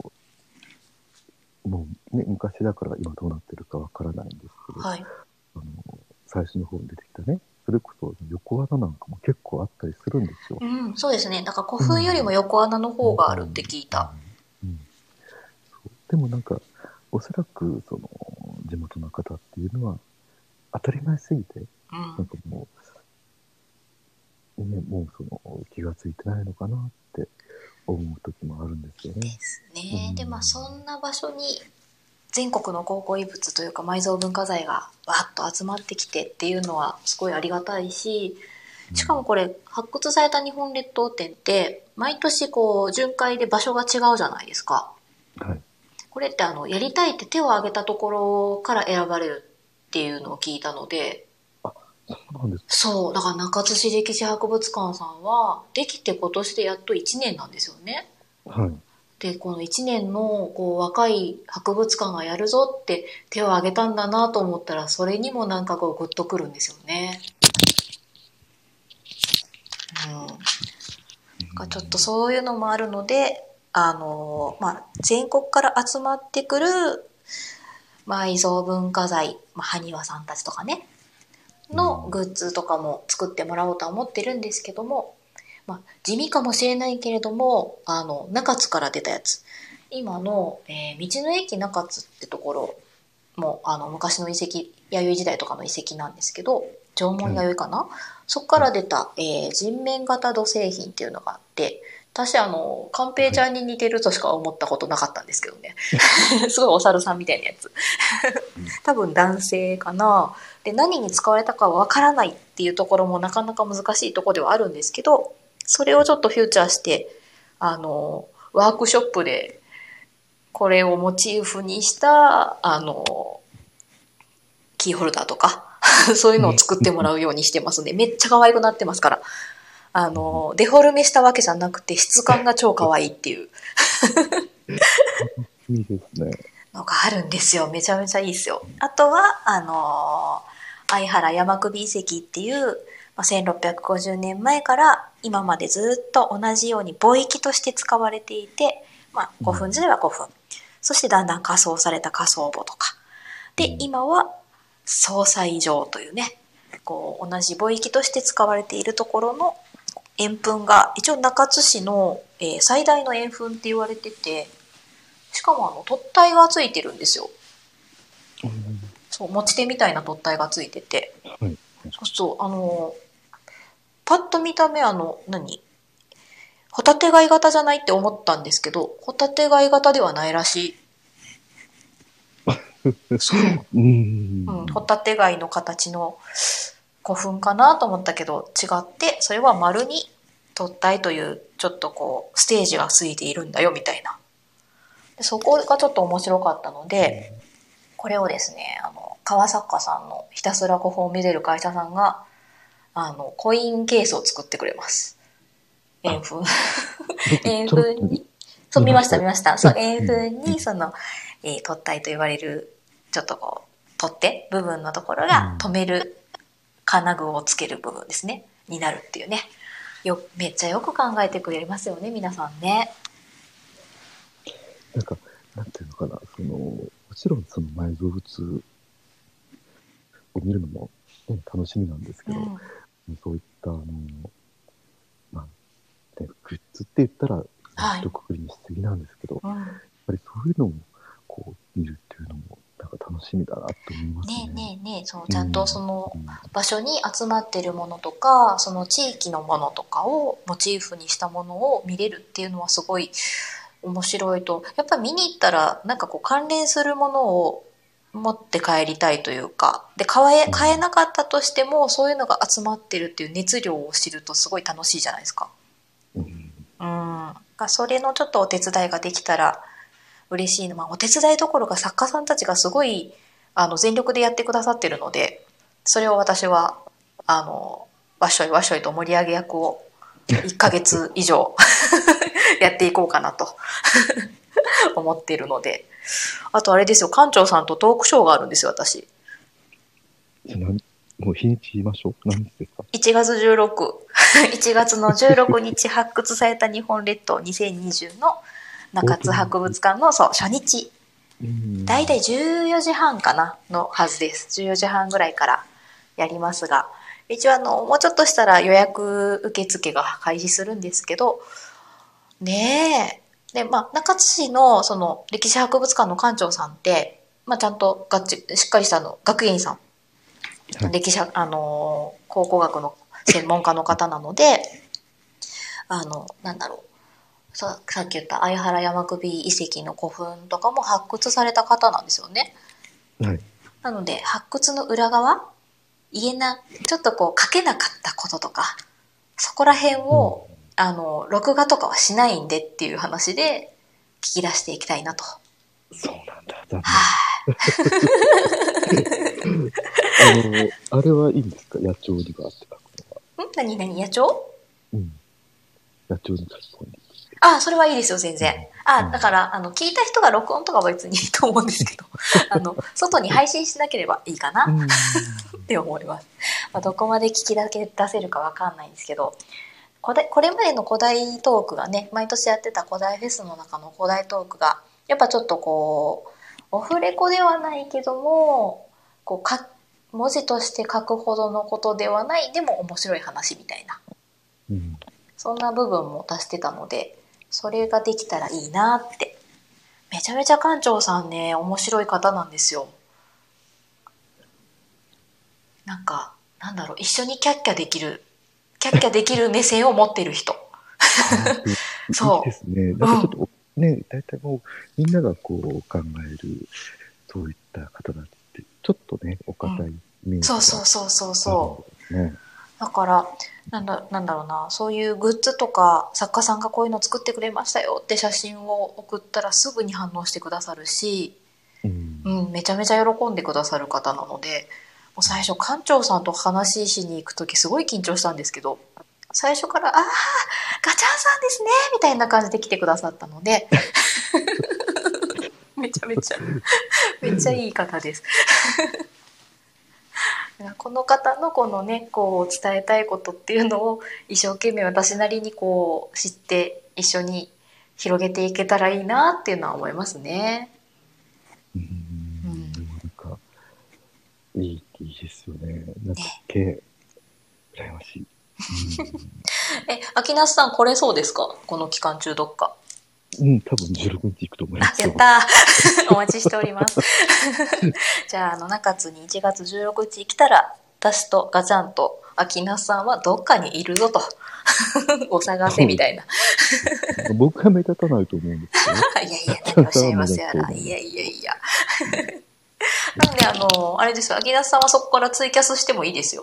もうね昔だから今どうなってるかわからないんですけど、はい、あの最初の方に出てきたね、それこそ横穴なんかも結構あったりするんですよ。 うん、そうですね。だから古墳よりも横穴の方があるって聞いた。 うんうんうん、そうでもなんかおそらくその地元の方っていうのは当たり前すぎて、うん、なんかもう、ね、もうその気がついてないのかなって思う時もあるんですよね。 ですね。うん、でまあそんな場所に全国の考古遺物というか埋蔵文化財がわっと集まってきてっていうのはすごいありがたいし、しかもこれ発掘された日本列島展って毎年こう巡回で場所が違うじゃないですか。はい、これってあのやりたいって手を挙げたところから選ばれるっていうのを聞いたので。 あ、そうなんですか。 そうだから中津市歴史博物館さんはできて今年でやっといちねんなんですよね。はい。でこのいちねんのこう若い博物館がやるぞって手を挙げたんだなと思ったら、それにもなんかこうグッとくるんですよね。うん、ちょっとそういうのもあるので、あの、まあ、全国から集まってくる埋蔵文化財、まあ、埴輪さんたちとかねのグッズとかも作ってもらおうとは思ってるんですけども、まあ、地味かもしれないけれども、あの中津から出たやつ、今の、えー、道の駅中津ってところもあの昔の遺跡、弥生時代とかの遺跡なんですけど、縄文弥生かな、うん、そこから出た、えー、人面型土製品っていうのがあって、私あの寛平ちゃんに似てるとしか思ったことなかったんですけどねすごいお猿さんみたいなやつ多分男性かな。で何に使われたかはわからないっていうところもなかなか難しいところではあるんですけど、それをちょっとフューチャーしてあのワークショップでこれをモチーフにしたあのキーホルダーとかそういうのを作ってもらうようにしてますね。めっちゃ可愛くなってますから、あのデフォルメしたわけじゃなくて質感が超可愛いっていういいですね。 のがあるんですよ。めちゃめちゃいいですよ。あとはあの相原山首遺跡っていうまあ、せんろっぴゃくごじゅうねんまえから今までずっと同じように貿易として使われていて、まあ、古墳時代は古墳、そしてだんだん火葬された火葬墓とかで、今は葬祭場というね、こう同じ貿易として使われているところの円墳が一応中津市の、えー、最大の円墳って言われてて、しかもあの突体がついてるんですよ。うん、そう持ち手みたいな突体がついてて、はい、そうそうあのパッと見た目あの何ホタテ貝型じゃないって思ったんですけど、ホタテ貝型ではないらしい。そう、うん、ホタテ貝の形の古墳かなと思ったけど違って、それは丸に突体というちょっとこうステージがついているんだよみたいな。でそこがちょっと面白かったので、これをですね、あの川作家さんのひたすら古墳を見れる会社さんがあのコインケースを作ってくれます。円墳円墳にそう見ました見ましたそう円墳にその、えー、突体と言われるちょっとこう取っ手部分のところが止める金具をつける部分ですねになるっていうね、よめっちゃよく考えてくれますよね皆さんね。 なんかなんていうのかな、そのもちろんその埋蔵物を見るのも、ね、楽しみなんですけど、うん、そういったあのまあ、ね、グッズって言ったら一括りにしすぎなんですけど、はい、やっぱりそういうのをこう見るっていうのもなんか楽しみだなと思いますね。 ねえねえねえ、そうちゃんとその場所に集まってるものとか、その地域のものとかをモチーフにしたものを見れるっていうのはすごい面白いと、やっぱり見に行ったらなんかこう関連するものを持って帰りたいというか、で買え、買えなかったとしてもそういうのが集まってるっていう熱量を知るとすごい楽しいじゃないですか。うん、うんそれのちょっとお手伝いができたら嬉しいの。まあ、お手伝いどころか作家さんたちがすごいあの全力でやってくださってるので、それを私はあのわっしょいわっしょいと盛り上げ役をいっかげつ以上やっていこうかなと思っているので、あとあれですよ、館長さんとトークショーがあるんですよ私。 もう日にち言いましょう。何日ですか？ いちがつじゅうろくいちがつのじゅうろくにち発掘された日本列島にせんにじゅうの中津博物館のそう初日、だいたいじゅうよじはんかなのはずです。じゅうよじはんぐらいからやりますが、一応あのもうちょっとしたら予約受付が開始するんですけどねえ。で、まあ、中津市のその歴史博物館の館長さんって、まあ、ちゃんとがっちしっかりしたの学芸員さん、はい、歴史あの考古学の専門家の方なので、あのなんだろうさ, さっき言った相原山首遺跡の古墳とかも発掘された方なんですよね。はい、なので発掘の裏側言えなちょっとこう書けなかったこととかそこら辺を、うんあの録画とかはしないんでっていう話で聞き出していきたいなと。 そうなんだ。残念。あのあれはいいんですか？野鳥にはって書くのは。 ん？何何野鳥？うん。 野鳥に書き込んで。 あ、それはいいですよ全然。うん、あ、だからあの聞いた人が録音とかは別にいいと思うんですけど、あの外に配信しなければいいかなって思います。まあ、どこまで聞き出せるかわかんないんですけど。これ、これまでの古代トークがね、毎年やってた古代フェスの中の古代トークがやっぱちょっとこうオフレコではないけどもこうか文字として書くほどのことではないでも面白い話みたいな、うん、そんな部分も足してたのでそれができたらいいなって。めちゃめちゃ館長さんね面白い方なんですよ。なんかなんだろう一緒にキャッキャできるキャッキャできる目線を持ってる人。 そう。いいですね。なんかちょっと、うん、ね、大体もうみんながこう考えるそういった方たちってちょっとねお堅いイメージが、うん、そうそうそうそう、ね、だからなんだなんだろうなそういうグッズとか作家さんがこういうの作ってくれましたよって写真を送ったらすぐに反応してくださるし、うんうん、めちゃめちゃ喜んでくださる方なので。もう最初館長さんと話しに行くときすごい緊張したんですけど最初から「ああガチャンさんですね」みたいな感じで来てくださったのでめちゃめちゃめっちゃいい方ですこの方のこのねこう伝えたいことっていうのを一生懸命私なりにこう知って一緒に広げていけたらいいなっていうのは思いますね。 うん、うん、でもなんかいいいいですよね。なんかすげえ羨ましい。うん、 え、秋夏さん来れそうですか？この期間中どっか。 うん、多分じゅうろくにち行くと思いますよ。 あ、やったーお待ちしておりますじゃあ、あの中津にいちがつじゅうろくにち来たら私とガチャンと秋夏さんはどっかにいるぞとお探せみたいな僕は目立たないと思うんですけど、 いやいや何をおっしゃいますやら、いやいやいやなんであのあれですよ、秋夏さんはそこからツイキャスしてもいいですよ。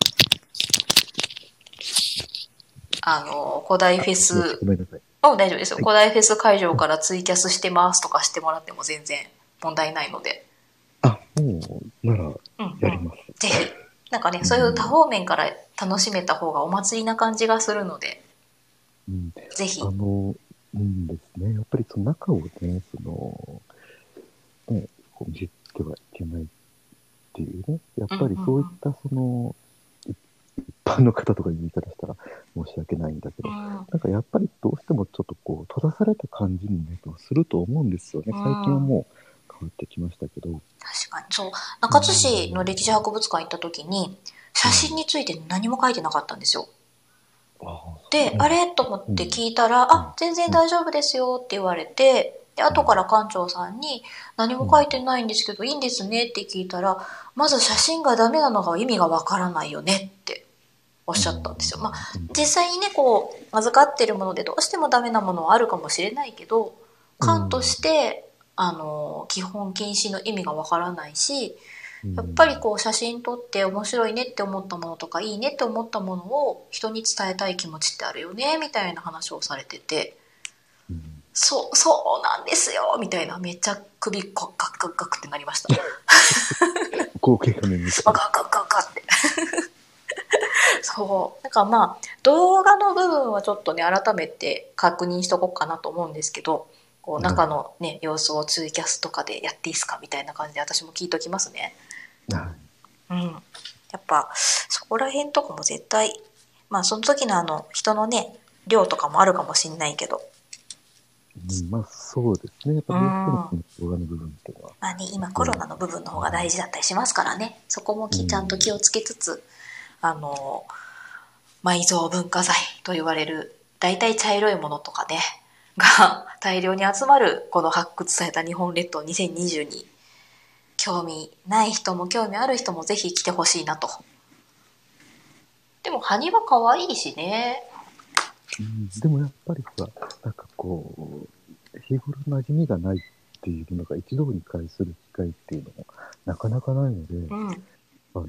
あの古代フェス、 ごめんなさい。 あ、大丈夫ですよ、はい、古代フェス会場からツイキャスしてますとかしてもらっても全然問題ないので。 あ、もうならやります、 うんうん、ぜひなんかね、うん、そういう多方面から楽しめた方がお祭りな感じがするので、 うん、 ぜひ。 あのうんですね、やっぱりその中をね、そのね、こう見せてはいけないっていうね、やっぱりそういったその、一般の方とかに言い方したら申し訳ないんだけど、うん、なんかやっぱりどうしてもちょっとこう閉ざされた感じにねすると思うんですよね。最近はもう変わってきましたけど。 確かにそう。中津市の歴史博物館行った時に写真について何も書いてなかったんですよ。うん、で、あれと思って聞いたら、うん、あ、全然大丈夫ですよって言われて、で後から館長さんに何も書いてないんですけど、うん、いいんですねって聞いたら、まず写真がダメなのが意味がわからないよねっておっしゃったんですよ。まあ、実際にねこう預かってるものでどうしてもダメなものはあるかもしれないけど、館としてあの基本禁止の意味がわからないし、やっぱりこう写真撮って面白いねって思ったものとかいいねって思ったものを人に伝えたい気持ちってあるよねみたいな話をされてて、うん、そうそうなんですよみたいな、めっちゃ首ガッガッガッガッってなりました光景が見えガッガッガッガッってそうなんかまあ動画の部分はちょっとね改めて確認しとこうかなと思うんですけど、こう中のね、うん、様子をツイキャスとかでやっていいですかみたいな感じで私も聞いときますね。うん、やっぱそこら辺とかも絶対まあその時のあの人のね量とかもあるかもしんないけど、 うん、まあそうですね、やっぱりどうしても動画の部分っていうのは、 まあね、今コロナの部分の方が大事だったりしますからね、そこもちゃんと気をつけつつ、うん、あの埋蔵文化財と言われる大体茶色いものとかねが大量に集まるこの発掘された日本列島にせんにじゅうに、興味ない人も興味ある人もぜひ来てほしいなと。でも埴輪可愛いしね。 うん、でもやっぱりほらなんかこう日頃馴染みがないっていうのが一堂に会する機会っていうのもなかなかないので、うん、あの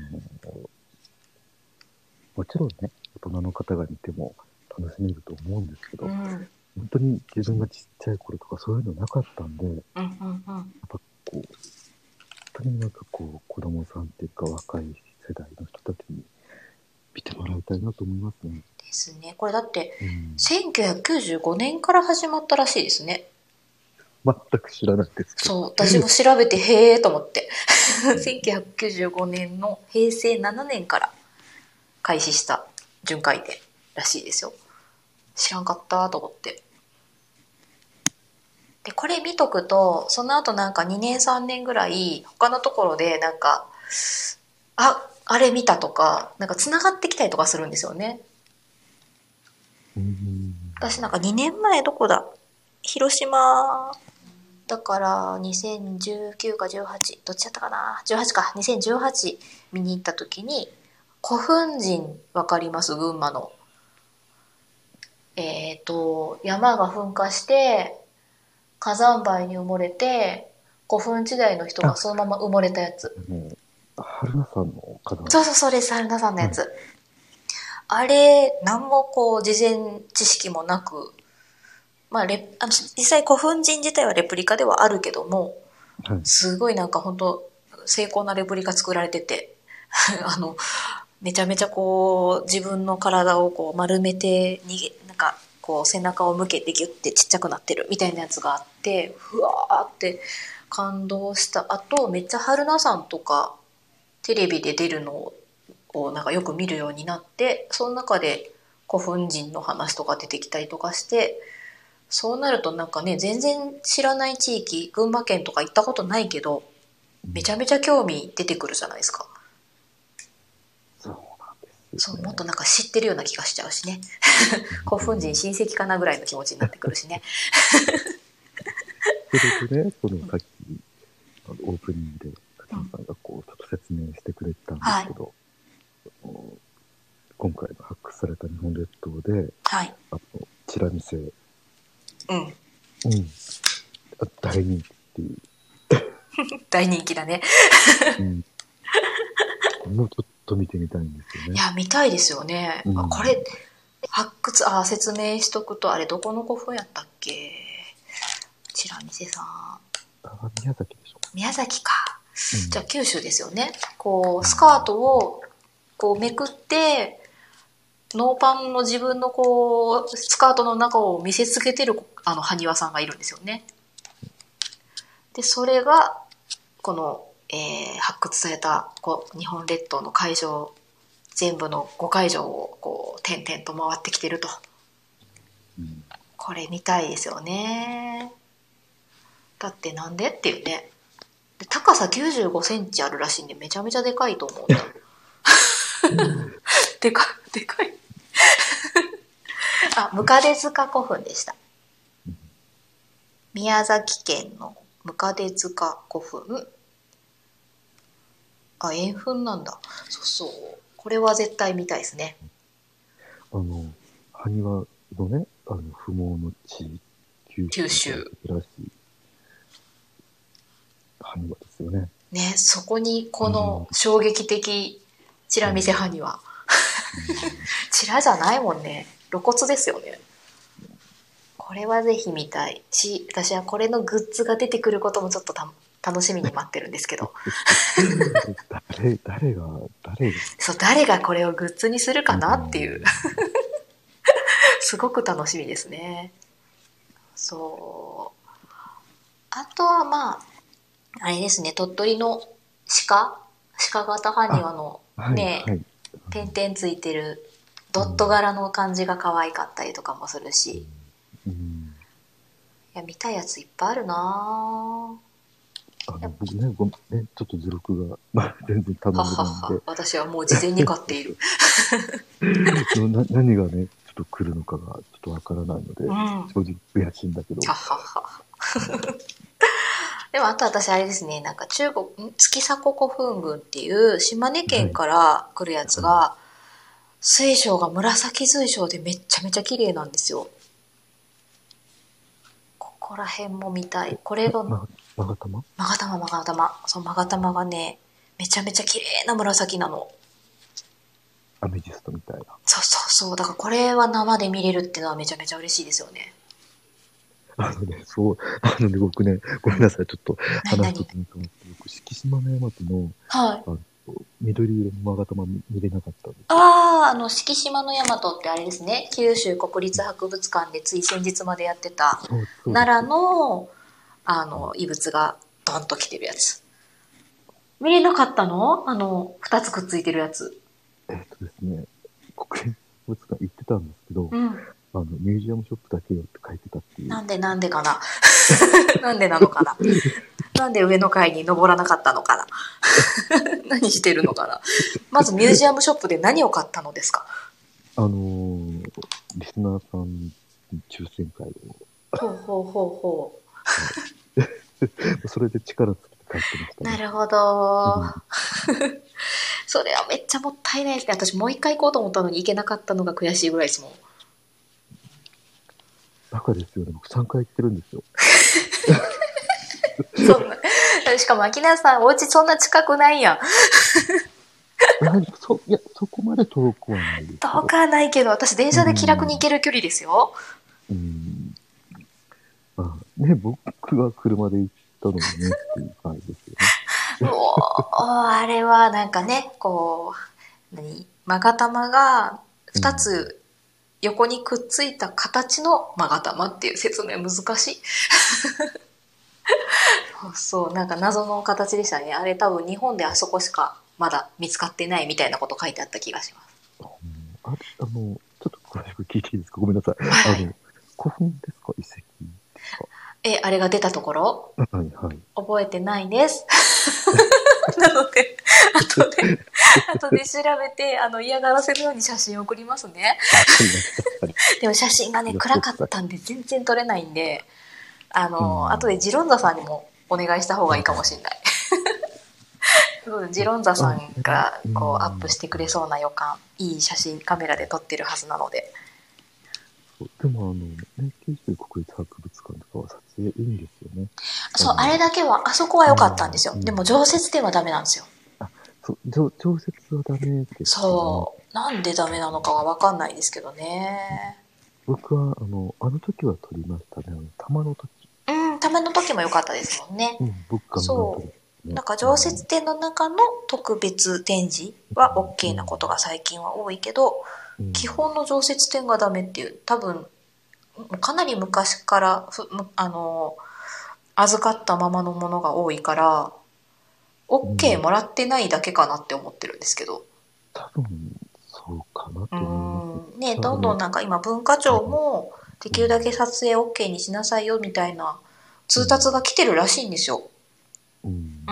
もちろんね大人の方が見ても楽しめると思うんですけど、うん、本当に自分がちっちゃい頃とかそういうのなかったんで、うんうんうん、やっぱこう本当になんかこう子供さんっていうか若い世代の人たちに見てもらいたいなと思いますね。 ですね。これだって、うん、せんきゅうひゃくきゅうじゅうごねんから始まったらしいですね。 全く知らないですけど。 そう、私も調べてへーと思って。せんきゅうひゃくきゅうじゅうごねんのへいせいななねんから開始した巡回展らしいですよ。知らんかったと思って。で、これ見とくと、その後なんかにねんさんねんぐらい他のところでなんか、あ、あれ見たとか、なんか繋がってきたりとかするんですよね。 うん私なんかにねんまえどこだ広島だからにせんじゅうきゅうかじゅうはちどっちだったかなじゅうはちかにせんじゅうはち見に行った時に古墳神わかります群馬のえっと山が噴火して火山灰に埋もれて古墳時代の人がそのまま埋もれたやつ、 春菜さんの火山そうそうそうです春菜さんのやつ、はい、あれ何もこう事前知識もなくまあ、レあの実際古墳神自体はレプリカではあるけども、はい、すごいなんか本当精巧なレプリカ作られててあのめちゃめちゃこう自分の体をこう丸めて逃げなんかこう背中を向けてギュッてちっちゃくなってるみたいなやつがあってふわーって感動した。あとめっちゃ榛名山とかテレビで出るのをなんかよく見るようになって、その中で古墳人の話とか出てきたりとかして、そうなるとなんかね、全然知らない地域、群馬県とか行ったことないけど、めちゃめちゃ興味出てくるじゃないですか。 そうなんですよね。 そう、もっとなんか知ってるような気がしちゃうしね。古墳人親戚かなぐらいの気持ちになってくるしね。 それでね、そのさっき、オープニングで、片野さんがこう、ちょっと説明してくれてたんですけど、はい、今回の発掘された日本列島で、 はい、 あのチラ見せ、うんうん、 大人気っていう。 大人気だね。 うん、もうちょっと見てみたいんですよね。 いや、見たいですよね。うん、あ、これ、発掘、あ、説明しとくと、あれ、どこの古墳やったっけ？チラ見せさん。 あ、宮崎でしょ。 宮崎か。うん、じゃあ、九州ですよね。こう、スうん、 カートを、こう、めくって、ノーパンの自分のこう、スカートの中を見せつけてる、あの、埴輪さんがいるんですよね。で、それが、この、えー、発掘されたこう日本列島の海上、全部のご海上をこう点々と回ってきてると、うん、これ見たいですよね。だってなんでっていうね。で高さきゅうじゅうごセンチあるらしいんで、めちゃめちゃでかいと思うんだ。でかいでかいあ、ムカデ塚古墳でした。宮崎県のムカデ塚古墳。あ、円墳なんだ。そうそう。これは絶対見たいですね。 あの、埴輪のね、あの、不毛の地、九州らしい埴輪ですよね。 ね、そこにこの衝撃的チラ見せ埴輪。チラじゃないもんね。露骨ですよね。これはぜひ見たいし、私はこれのグッズが出てくることもちょっとた楽しみに待ってるんですけど。 誰、誰が、誰が。 そう、誰がこれをグッズにするかなっていう。すごく楽しみですね。そう。あとはまあ、あれですね、鳥取の鹿鹿型埴輪のね、はいはい、点々ついてるドット柄の感じが可愛かったりとかもするし、うんうん、いや見たいやついっぱいあるなあの僕ね、ごめんね、ちょっと図録が、まあ、全然頼んでないんでははは私はもう事前に買っているな何がねちょっと来るのかがちょっとわからないので、うん、正直悔しいんだけどはははでもあと私あれですね、なんか中国月迫古墳群っていう島根県から来るやつが、はいはい、水晶が紫水晶でめっちゃめちゃ綺麗なんですよ。ここら辺も見たい。これがままがたままがたままがたまそうまがたまがねめちゃめちゃ綺麗な紫なの。 アメジストみたいな。 そうそうそう。だからこれは生で見れるっていうのはめちゃめちゃ嬉しいですよね。 あのね、そう、あのね、僕ね、ごめんなさい、ちょっと話すときにと思って、僕、敷島の山との、はい、あの緑色の勾玉見れなかったんです。 ああ、あの、敷島の大和ってあれですね、九州国立博物館でつい先日までやってた、奈良の、あの、遺物がドンと来てるやつ。見れなかったの？あの、二つくっついてるやつ。 えっとですね、国立博物館行ってたんですけど、うん、あの、ミュージアムショップだけよって書いてたっていう。 なんでなんでかななんでなのかななんで上の階に登らなかったのかな何してるのかな。まずミュージアムショップで何を買ったのですか？ あのー、リスナーさん抽選会を。 ほうほうほうほう。それで力つけて帰ってましたね。 なるほど。うん、それはめっちゃもったいないですね。私もう一回行こうと思ったのに行けなかったのが悔しいぐらいですもん。 バカですよね。僕さんかい行ってるんですよ。 そんな。しかも、秋菜さん、お家そんな近くないやん。 そいや、そこまで遠くはないです。 遠くはないけど、私、電車で気楽に行ける距離ですよ。 うん。あね、僕が車で行ったのにね、っていう感じですよね。 おあれは、なんかね、こう、何勾玉がふたつ横にくっついた形の勾玉っていう説明難しい。そうそう、なんか謎の形でしたね。あれ多分日本であそこしかまだ見つかってないみたいなこと書いてあった気がします。 ああれ、あの、ちょっと詳しく聞いていいですか？ごめんなさい。 はい。 あの、古墳ですか？遺跡ですか？ え、あれが出たところはいはい。 覚えてないです。なので、後で、後で調べて、あの、嫌がらせのように写真を送りますね。 わかりました。はい。 でも写真がね、 くだ暗かっさい。 たんで全然撮れないんで、あうの、後でん。 ジロンザさんにもお願いした方がいいかもしあれない。ジロンザあ、 さあ、 んね、 がうこうアッん。 プしてくれそうな予感、いい写真カメラで撮ってるはずなので。 そうでも、あの、ね、九州国立博物館とかは撮影いいんですよね。あそう、あれの、 だけは、あそこは良かったんでうん、 すよ。でもうん。 常設ではダメなんですよ。 あ、そう、常常設はダメですね。 そう、なんでダメなのかはわかんないですけどね。 僕は、あの、あの時は撮りましたね。あの、玉の時。 うん、ための時も良かったですもんね。 うん、僕ガンガン撮りそますう。 ね。 なんかうん。 常設展の中の特別展示はう OK なん。 ことが最近は多いけど、 うん。 基本の常設展がダメっていう、多分、かなり昔からふ、あの、預かったままのものが多いから、 う OK ん。 もらってないだけかなって思ってるんですけど。 多分、そうかなうと思います。 ーん。ね、 あどんどんの、 なんか今文化庁うん。 もでうん。 きるだけ撮影 OK にしなさいよみたいな通達がうん。 来てるらしいんですよ。 うん。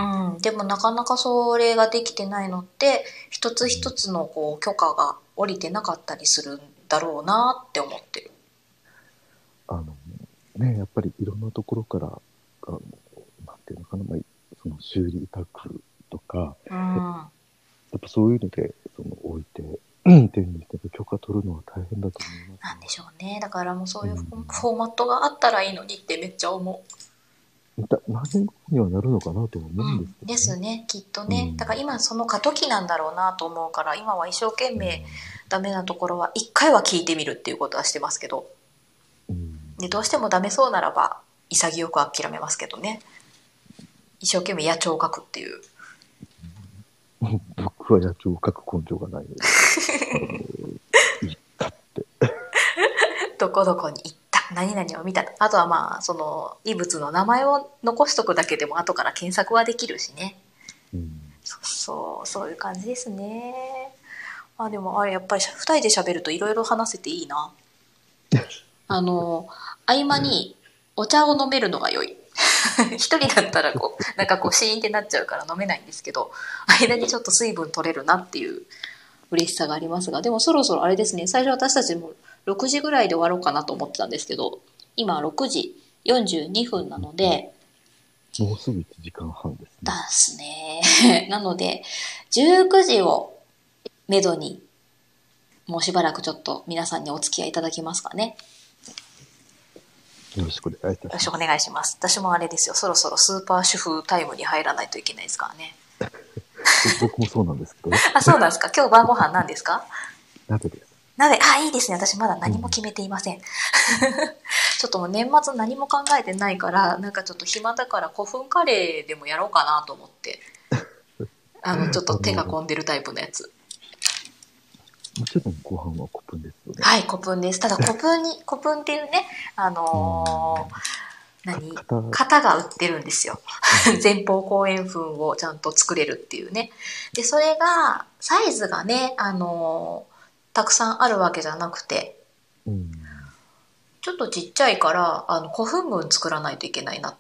うん。でもなかなかそれができてないのって、一つ一つのこう許可が下りてなかったりするんだろうなって思ってる。 あの、ね、やっぱりいろんなところから、あの、なんていうのかな、まあ、その修理委託とか、 うん。 やっぱそういうので、その置いて、うん、展示して許可取るのは大変だと思いますね。 なんでしょうね。だからもうそういうフうん。 ォーマットがあったらいいのにってめっちゃ思また何年後にはなるのかなとはう。う思うんですん。でけどね。 すね。きっとね。 うん。 だから今その過渡期なんだろうなと思うから、今は一生懸うん。 命ダメなところは一回は聞いてみるっていうことはしてますけど。 うん。 で、どうしてもダメそうならば潔く諦めますけどね。一生懸命野鳥を描くっていう。 僕は野鳥を描く根性がないので、あの、行ったって。 どこどこに行った。何々を見た。あとはまあ、その、異物の名前を残しとくだけでも後から検索はできるしね。 うん。 そうそう、そういう感じですね。あ、でもあれやっぱり二人で喋るといろいろ話せていいな。あの、合間にお茶を飲めるのが良い。一人だったらこう、なんかこうシーンってなっちゃうから飲めないんですけど、間にちょっと水分取れるなっていう嬉しさがありますが、でもそろそろあれですね、最初私たちもろくじぐらいで終わろうかなと思ってたんですけど、今ろくじよんじゅうにふんなので、 もうすぐいちじかんはんですね。 ですね。なので、じゅうくじをめどに、もうしばらくちょっと皆さんにお付き合いいただきますかね。 よろしくお願いいたよろしくおします。 願いします。私もあれですよ、そろそろスーパー主婦タイムに入らないといけないですからね。 僕もそうなんですけどね。 あ、そうなんですか。今日晩ご飯何ですか？ 鍋です。 鍋、あ、いいですね。私まだうん。 何も決めていません。ちょっともう年末何も考えてないから、なんかちょっと暇だから古墳カレーでもやろうかなと思って。あの、ちょっとあの、 手がも込んでるタイプのやつ。 ちろんご飯はコップンですよね。 はい、古墳です。ただ古墳に、古墳っていうね、あうん。 のーか、 何型、 型が売ってるんですよ。 うん。 前方後円墳をちゃんと作れるっていうね。で、それが、サイズがね、あのーたくさんあるわけじゃなくて、 うん。 ちょっとちっちゃいから、あの、古墳群作らないといけないなって。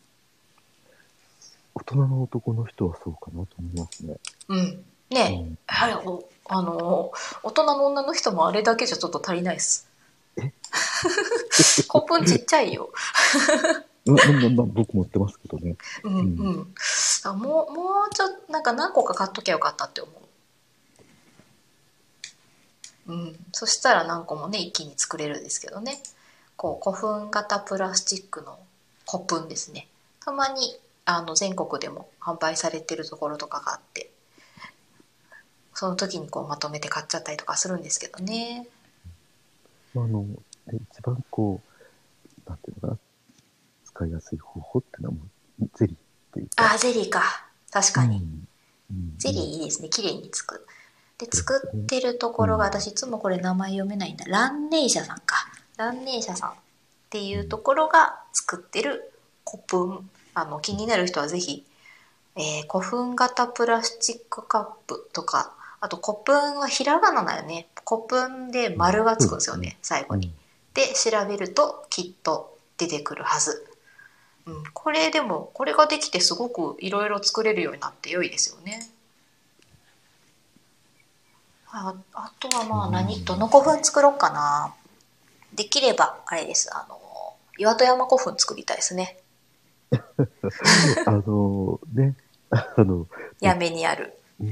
大人の男の人はそうかなと思いますね。 うん。ねえ、 うん。 あれ、おあのー大人の女の人もあれだけじゃちょっと足りないです。 え古墳ちっちゃいよ。 ま、ま、ま、ま、僕持ってますけどね。 うんううん。 ん。あもう、もうちょっと、なんか何個か買っときゃよかったって思う。うん。そしたら何個もね、一気に作れるんですけどね。こう、古墳型プラスチックの古墳ですね。たまに、あの、全国でも販売されてるところとかがあって、その時にこうまとめて買っちゃったりとかするんですけどね。 まあ、あの、で一番こう、なんていうのかな、使いやすい方法っていうのはもう、ゼリーっていうか、 あー、ゼリーか。確うん。 かに。 うん。 ゼリーもいいですね。綺麗につく。で、 う、で作すね。 ってるところが、 うん。 私いつもこれ名前読めないんだ。ランネーシャさんか。ランネーシャさんってうん。 いうところが作ってる古墳。あの、気になる人はぜひ、 えー古墳型プラスチックカップとか、あと古墳はひらがなだよね。古墳で丸がつくんですよね、最後に。で、調べるときっと出てくるはず。うん、これでも、これができてすごくいろいろ作れるようになって良いですよね。あ、あとはまあ何、どの古墳作ろうかな。できれば、あれです。あの、岩戸山古墳作りたいですね。 あのね、あの、 やめにある。 うん、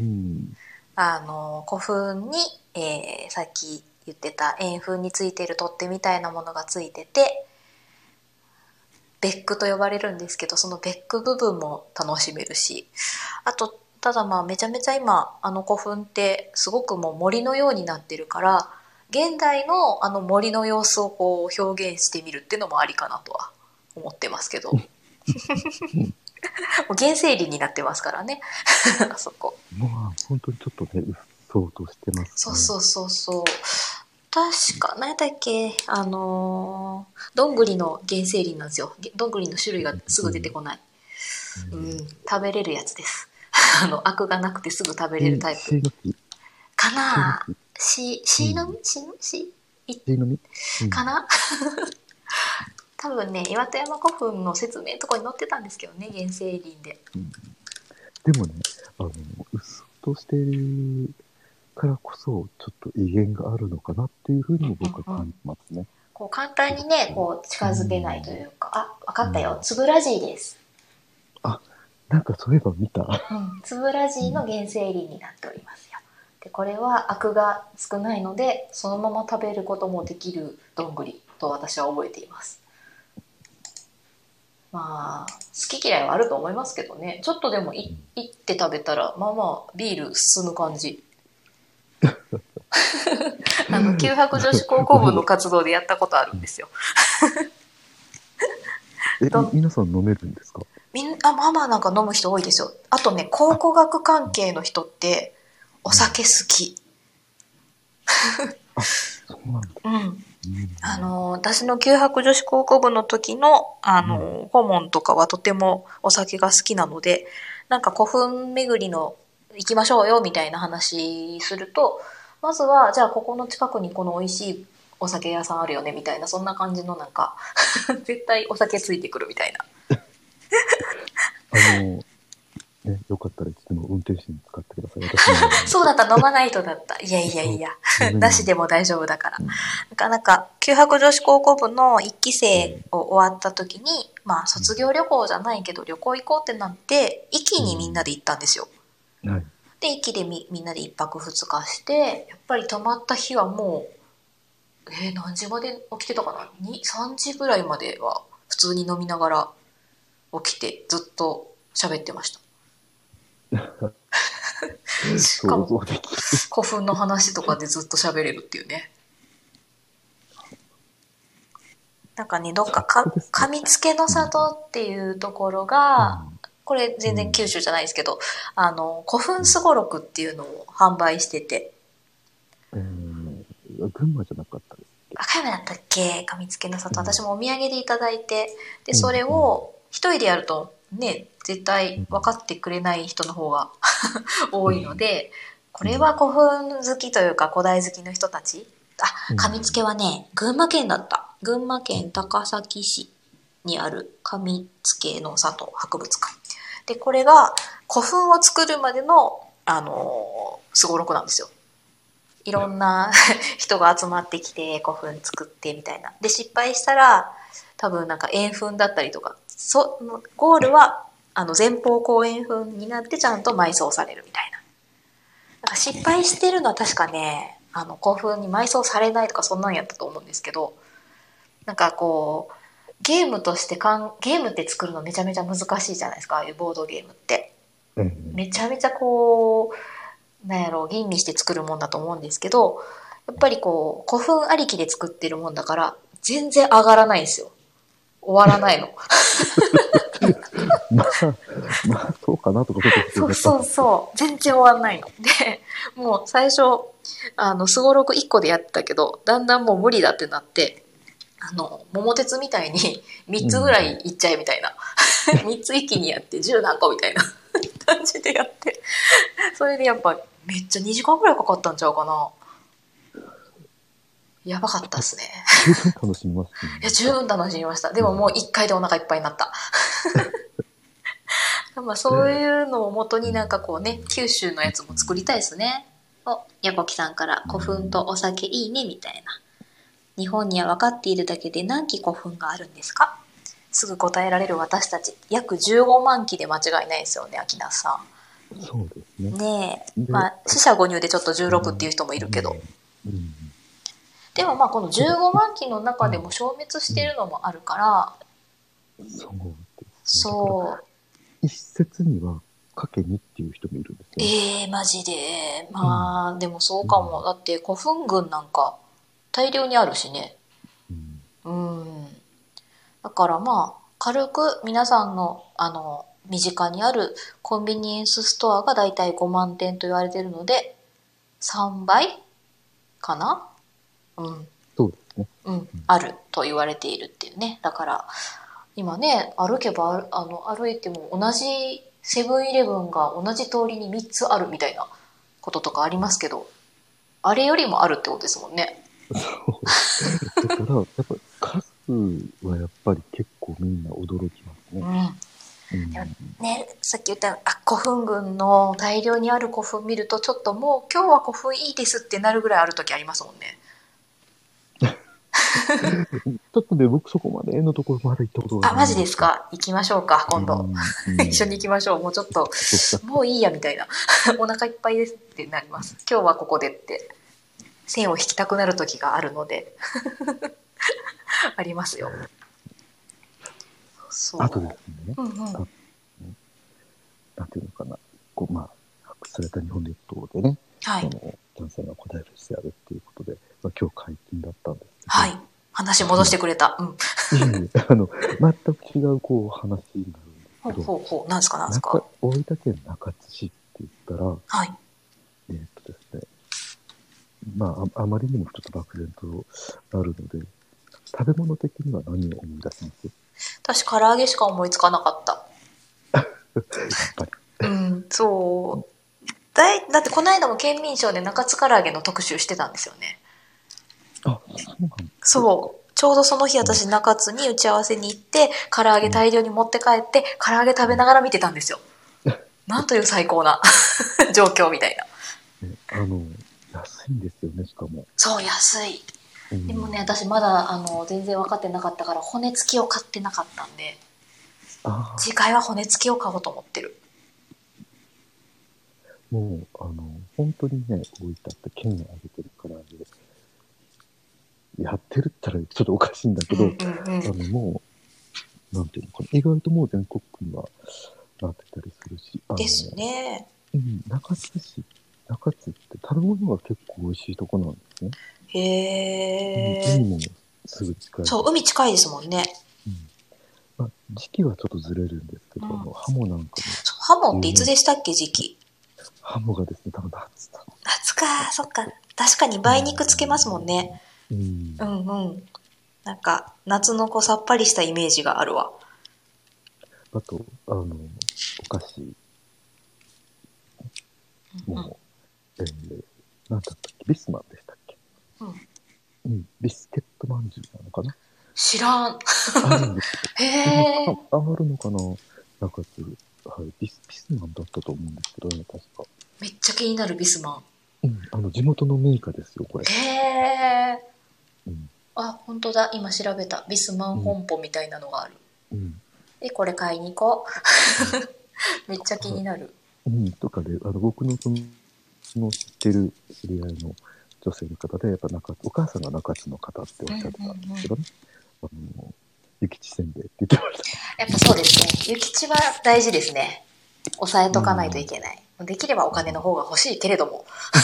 あの、古墳に、えーさっき言ってた円墳についてる取っ手みたいなものがついてて、ベックと呼ばれるんですけど、そのベック部分も楽しめるし、あと、ただまあめちゃめちゃ今、あの古墳ってすごくもう森のようになってるから、現代のあの森の様子をこう表現してみるっていうのもありかなとは思ってますけど。もう原生林になってますからね。あそこ。 まあ、本当にちょっとね、うっそうとしてますね。 そうそうそうそう。確か、何やったっけ、あのー、どんぐりの原生林なんですよ。どんぐりの種類がすぐ出てこない。うん、うん、食べれるやつです。あの、アクがなくてすぐ食べれるタイプ。かなぁ。し、しのみしのししのみかな多分ね、岩戸山古墳の説明とかに載ってたんですけどね、原生林で。 うん、でもね、あの、うっそうとしているからこそ、ちょっと威厳があるのかなっていうふうにも僕は感じますね。うんうん、 こう簡単にね、こう近づけないというか、うん、あ、わかったよ。つぶらじいです。 あ、なんかそういえば見た。 うん、つぶらじいの原生林になっておりますよ。で、これはアクが少ないので、そのまま食べることもできるどんぐりと私は覚えています。まあ、好き嫌いはあると思いますけどね。ちょっとでもい行って食べたら、まあまあ、ビール進む感じ。あの、九博女子高校部の活動でやったことあるんですよ。 え、皆さん飲めるんですか？ みんあ、まあまあなんか飲む人多いですよ。あとね、考古学関係の人って、お酒好き。 あ、そうなんだ。 うん。あの、私の九博女子高校部の時の、あの、うん、顧問とかはとてもお酒が好きなので、なんか古墳巡りの行きましょうよみたいな話すると、まずは、じゃあここの近くにこの美味しいお酒屋さんあるよねみたいな、そんな感じのなんか、絶対お酒ついてくるみたいな。 あの、ね、よかったらいつでも運転手に使ってください。私そうだった、飲まないとだった。いやいやいや、なしでも大丈夫だから。うん、なかなか、九博女子高校部の一期生を終わった時に、まあ、卒業旅行じゃないけど、旅行行こうってなって、一気にみんなで行ったんですよ。 うん、はい、 で、一気でみみんなで一泊二日して、やっぱり泊まった日はもう、えー、何時まで起きてたかな ?に、さんじぐらいまでは普通に飲みながら起きて、ずっと喋ってました。しかも古墳の話とかでずっと喋れるっていうね。なんかね、どっかか上付の里っていうところが、うん、これ全然九州じゃないですけど、うん、あの古墳すごろくっていうのを販売してて、 うん、群馬じゃなかったですっけ？ 和歌山だったっけ、上付の里、うん、私もお土産でいただいて、でそれを一人でやるとね、絶対分かってくれない人の方が多いので、これは古墳好きというか古代好きの人たち、あ、上付はね、群馬県だった。群馬県高崎市にある上付の里博物館。で、これが古墳を作るまでの、あのー、すごろくなんですよ。いろんな人が集まってきて古墳作ってみたいな。で、失敗したら、多分なんか円墳だったりとか、そゴールはあの前方後円墳になってちゃんと埋葬されるみたいな。なんか失敗してるのは確かね、あの古墳に埋葬されないとかそんなんやったと思うんですけど、なんかこうゲームとしてかんゲームって作るのめちゃめちゃ難しいじゃないですか、ああいうボードゲームって、うん、めちゃめちゃこうなんやろう吟味して作るもんだと思うんですけど、やっぱりこう古墳ありきで作ってるもんだから全然上がらないんですよ。終わらないの。 まあ、まあ、そうかなとかそうそうそう。全然終わんないの。で、もう最初、あの、すごろくいっこでやってたけど、だんだんもう無理だってなって、あの、桃鉄みたいにみっつぐらいいっちゃえみたいな。みっつ一気にやってじゅう何個みたいな。 感じでやって。それでやっぱめっちゃにじかんぐらいかかったんちゃうかな。やばかったっすね。 十分楽しみますね。 いや、十分楽しみました。でももういっかいでお腹いっぱいになった。まあそういうのを元になんかこうね、九州のやつも作りたいですね。お、やこきさんから古墳とお酒いいねみたいな。日本には分かっているだけで何基古墳があるんですか？すぐ答えられる私たち。約じゅうごまん基で間違いないですよね、秋名さん。そうですね。 ん。ねえ。まあ四捨五入でちょっとじゅうろくっていう人もいるけど。うんうん、でもまあこのじゅうごまん基の中でも消滅しているのもあるから。 そうですね。 そう。 一説にはかけにっていう人もいるんですよ、 ね。えー、マジで。まあ、うん、でもそうかも。だって古墳群なんか大量にあるしね。うん。うん。だからまあ、軽く皆さんの、あの、身近にあるコンビニエンスストアがだいたいごまんてんと言われているので、さんばいかな？うん。 そうですね。 うん。あると言われているっていうね。だから、今ね、歩けば、あの、歩いても同じセブンイレブンが同じ通りにみっつあるみたいなこととかありますけど、あれよりもあるってことですもんね。 そう。だから、やっぱり数はやっぱり結構みんな驚きますね。 うん。うん、でもね、さっき言ったあ古墳群の大量にある古墳見るとちょっともう今日は古墳いいですってなるぐらいある時ありますもんね。 ちょっとね、僕そこまでのところまで行ったことがない。 あ、マジですか？行きましょうか、今度。一緒に行きましょう。もうちょっと、もういいやみたいな。お腹いっぱいですってなります。今日はここでって。線を引きたくなる時があるので。ありますよ。 そう。あとですね、 うんうん、 なんていうのかな、こう、まあ、発掘された日本列島でね、はい、その男性が古代フェスやるっていうことで、まあ、今日解禁だったんですけど、 はい。話戻してくれた。うん。 いえいえ、あの、全く違う、こう、話になるんですけど、 ほうほうほう、なんですか、なんですか。 大分県中津市って言ったら、はい。えー、っとですね、まあ、あ、あまりにもちょっと漠然とあるので、食べ物的には何を思い出します？ 私、唐揚げしか思いつかなかった。 やっぱり。 うん、そう。だい、だってこの間も県民賞で中津唐揚げの特集してたんですよね。 あ、そうなんですか。 そう。ちょうどその日私中津に打ち合わせに行って、唐揚げ大量に持って帰って、唐揚げ食べながら見てたんですよ。なんという最高な状況みたいな。 あの、安いんですよね、しかも。 そう、安い。でもね、私まだあの全然分かってなかったから骨付きを買ってなかったんで、次回は骨付きを買おうと思ってる。 もうあの本当にね、大分って県を挙げてるからやってるったらちょっとおかしいんだけど、うんうんうん、あのもうなんていうのかな、意外ともう全国区にはなってたりするし、あのですね。 うん、中津市、中津って食べ物が結構美味しいとこなんですね。 へー。 海もすぐ近い。 そう、海近いですもんね。 うん、まあ、時期はちょっとずれるんですけど、うん、あのハモなんかも。 ハモっていつでしたっけ、時期。 ハモがですね、多分夏だ。 夏か、そっか。確かに梅肉つけますもんね。うん、うんうん。なんか、夏のこうさっぱりしたイメージがあるわ。 あと、あの、お菓子も、うん、えー、なんだったっけ、ビスマンでしたっけ。うん。うん、ビスケットまんじゅうなのかな。 知らん。 あるんですよ。へー。あるのかな、中津。はい、ビス、ビスマンだったと思うんですけどね、確か。 めっちゃ気になる、ビスマン。うん、あの、地元のメーカーですよ、これ。 へー。うん、あ、本当だ、今調べた。ビスマン本舗みたいなのがある。うん。で、これ買いに行こう。めっちゃ気になる。 うん、とかで、あの、僕のその、の知ってる知り合いの女性の方で、やっぱ中津、お母さんが中津の方っておっしゃってたんですけどね。うんうんうん、あの、諭吉せんべいって言ってました。 やっぱそうですね。諭吉は大事ですね。抑えとかないといけない。うん、できればお金の方が欲しいけれども。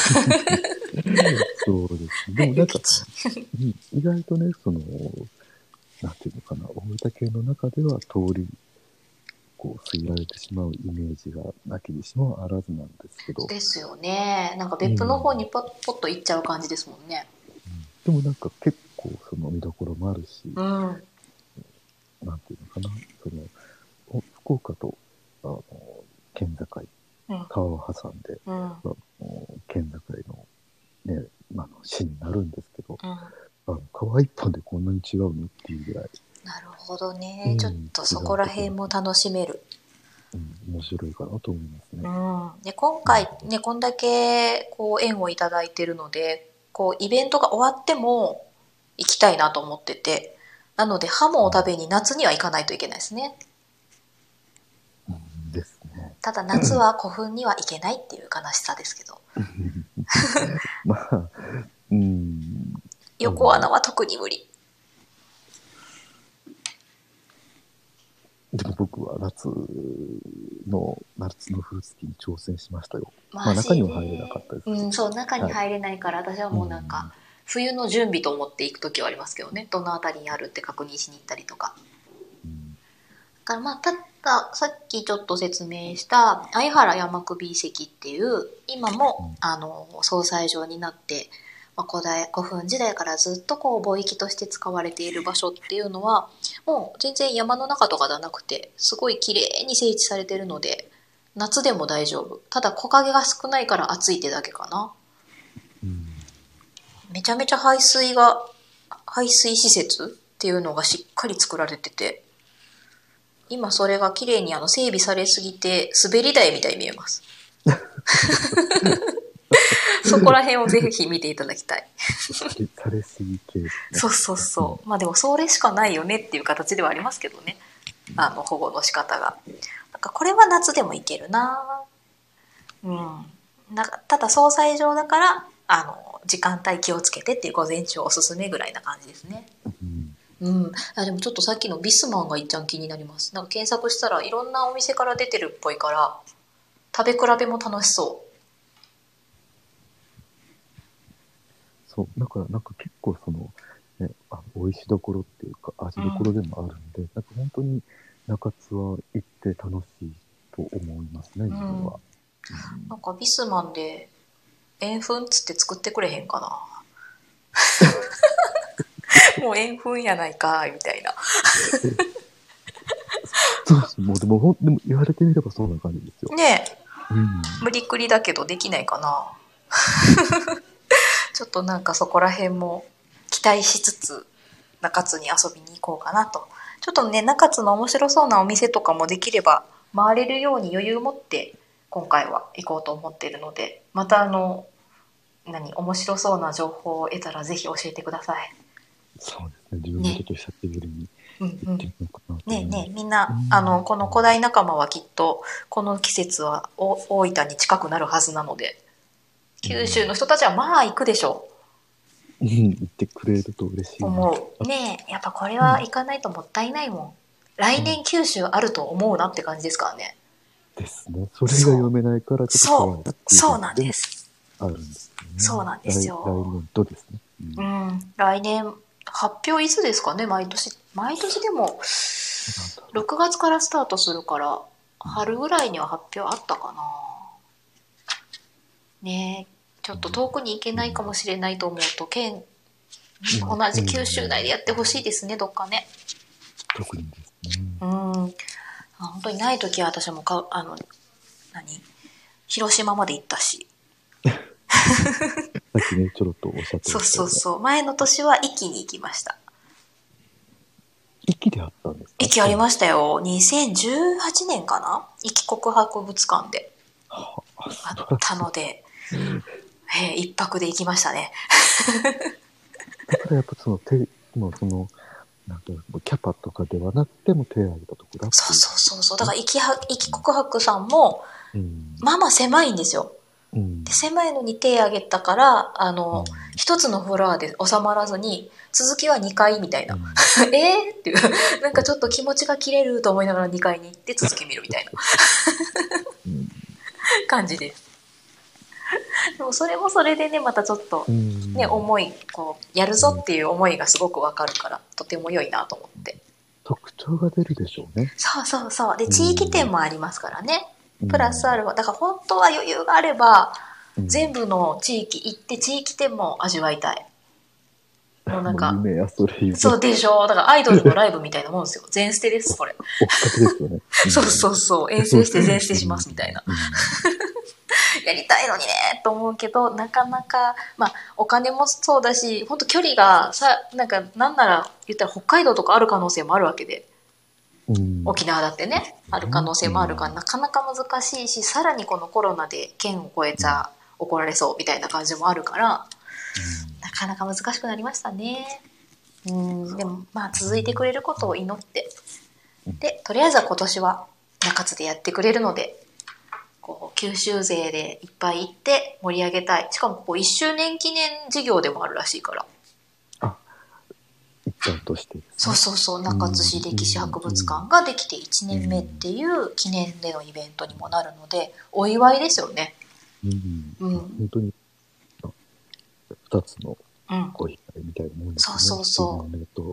そうですね。でもなんか、意外とね、その、なんていうのかな、大分県の中では通り、こう、過ぎられてしまうイメージがなきにしもあらずなんですけど。 ですよね。なんか別府の方にポッ、ポッと行っちゃう感じですもんね。 うん、でもなんか結構その見どころもあるし、うん、なんていうのかな、その、福岡と、あの、県境挟んで、 うん、 あの県境のね、あの市になるんですけど、 うん、 あの川一本でこんなに違うのっていうぐらい。 なるほどね、 うん、 ちょっとそこら辺も楽しめる。 うん、面白いかなと思いますね。 うん、で今回ね、こんだけこう縁をいただいてるので、こうイベントが終わっても行きたいなと思ってて、なのでハモを食べに夏には行かないといけないですね。 うん、ですね。 ただ夏は古墳には行けないっていう悲しさですけど。 まあ、うん。 横穴は特に無理。 でも僕は夏の、夏の風月に挑戦しましたよ。まあマジで。 中には入れなかったですけど。 うん、そう、中に入れないから、はい、私はもうなんか、冬の準備と思って行く時はありますけどね。どの辺りにあるって確認しに行ったりとか。 うん、 だからまあ、ただ、さっきちょっと説明した相原山首遺跡っていう、今も、うん、あの、総裁場になって、まあ、古代、古墳時代からずっとこう墓域として使われている場所っていうのは、もう全然山の中とかじゃなくて、すごい綺麗に整地されてるので、夏でも大丈夫。ただ木陰が少ないから暑いってだけかな。うん、めちゃめちゃ排水が、排水施設っていうのがしっかり作られてて、今それが綺麗にあの整備されすぎて滑り台みたいに見えます。そこら辺をぜひ見ていただきたい。 されすぎ系、ね。 そうそうそう。まあでもそれしかないよねっていう形ではありますけどね。あの保護の仕方が。なんかこれは夏でもいけるな。うん。なんかただ総裁場だからあの時間帯気をつけてっていう午前中おすすめぐらいな感じですね。うん。うん。あでもちょっとさっきのビスマンがいっちゃん気になります。なんか検索したらいろんなお店から出てるっぽいから食べ比べも楽しそう。 そう、だからなんか結構その、ね、あの美味しどころっていうか味どころでもあるんで、うん、なんか本当に中津は行って楽しいと思いますね、自分は。 うんうん、なんかビスマンで円粉つって作ってくれへんかな。もう円粉やないかみたいな。 そうです。もうでもほんでも言われてみればそんな感じですよ。 ねえ、うん、無理くりだけどできないかな。ちょっとなんかそこら辺も期待しつつ中津に遊びに行こうかなと。ちょっとね、中津の面白そうなお店とかもできれば回れるように余裕を持って今回は行こうと思っているので、またあの何面白そうな情報を得たらぜひ教えてください。 そうですね。自分もちょっと久しぶりに行ってみようかなと思います。 ねえねえ、みんな、うん、あのこの古代仲間はきっとこの季節は大分に近くなるはずなので。九州の人たちはまあ行くでしょう。うん、行ってくれると嬉しい。 思う。ねえ、やっぱこれは行かないともったいないもん。うん、来年九州あると思うなって感じですからね。 ですね。それが読めないからちょっと怖いなっていう。 そうなんです。 あるんですね。 そうなんですよ。 来, 来年とですね。 うん、うん、来年発表いつですかね、毎年。毎年でもろくがつからスタートするから春ぐらいには発表あったかな。ねえ。ちょっと遠くに行けないかもしれないと思うと、県、同じ九州内でやってほしいですね、どっかね。 特にですね。 うん。本当にないときは私もか、あの、何広島まで行ったし。 さっきね、ちょろっとおっしゃってました、ね。 そうそうそう。前の年は壱岐に行きました。 壱岐であったんですか？ 壱岐ありましたよ。にせんじゅうはちねんかな？壱岐国博物館であったので、えー、一泊で行きましたね。 だからやっぱその手もそのなんかキャパとかではなくても手を挙げたところだっていう。 そうそうそう。だから壱岐国博さんも、うん、まあまあ狭いんですよ。うん、で狭いのに手を挙げたからあの一、うん、つのフロアで収まらずに続きはにかいみたいな、うん、えーっていうなんかちょっと気持ちが切れると思いながらにかいに行って続き見るみたいな感じです。でもそれもそれでねまたちょっとね、うん、思いこうやるぞっていう思いがすごくわかるから、うん、とても良いなと思って。 特徴が出るでしょうね。 そうそうそう。で地域店もありますからね、うん、プラスアルファだから本当は余裕があれば、うん、全部の地域行って地域店も味わいたい。もうなんか夢やそれ夢そうでしょ。だからアイドルのライブみたいなもんですよ。全捨てですこれ。 追っかけですよね。 そうそうそう。遠征して全捨てしますみたいな。 やりたいのにねと思うけど、なかなか、まあ、お金もそうだし、本当距離がさ、なんかなんなら言ったら北海道とかある可能性もあるわけで、 うん、 沖縄だってね、ある可能性もあるから、なかなか難しいし、さらにこのコロナで県を越えちゃ怒られそうみたいな感じもあるから、なかなか難しくなりましたね。うん、でもまあ続いてくれることを祈って、でとりあえずは今年は中津でやってくれるので、こう九州勢でいっぱい行って盛り上げたい。しかもここいっしゅうねん記念事業でもあるらしいから。 あ、一環として、ね、 そうそうそう、中津市歴史博物館ができていちねんめっていう記念でのイベントにもなるので、お祝いですよね。 うん、うん、本当にふたつのご被害みたいなもんですね。 そうそうそう。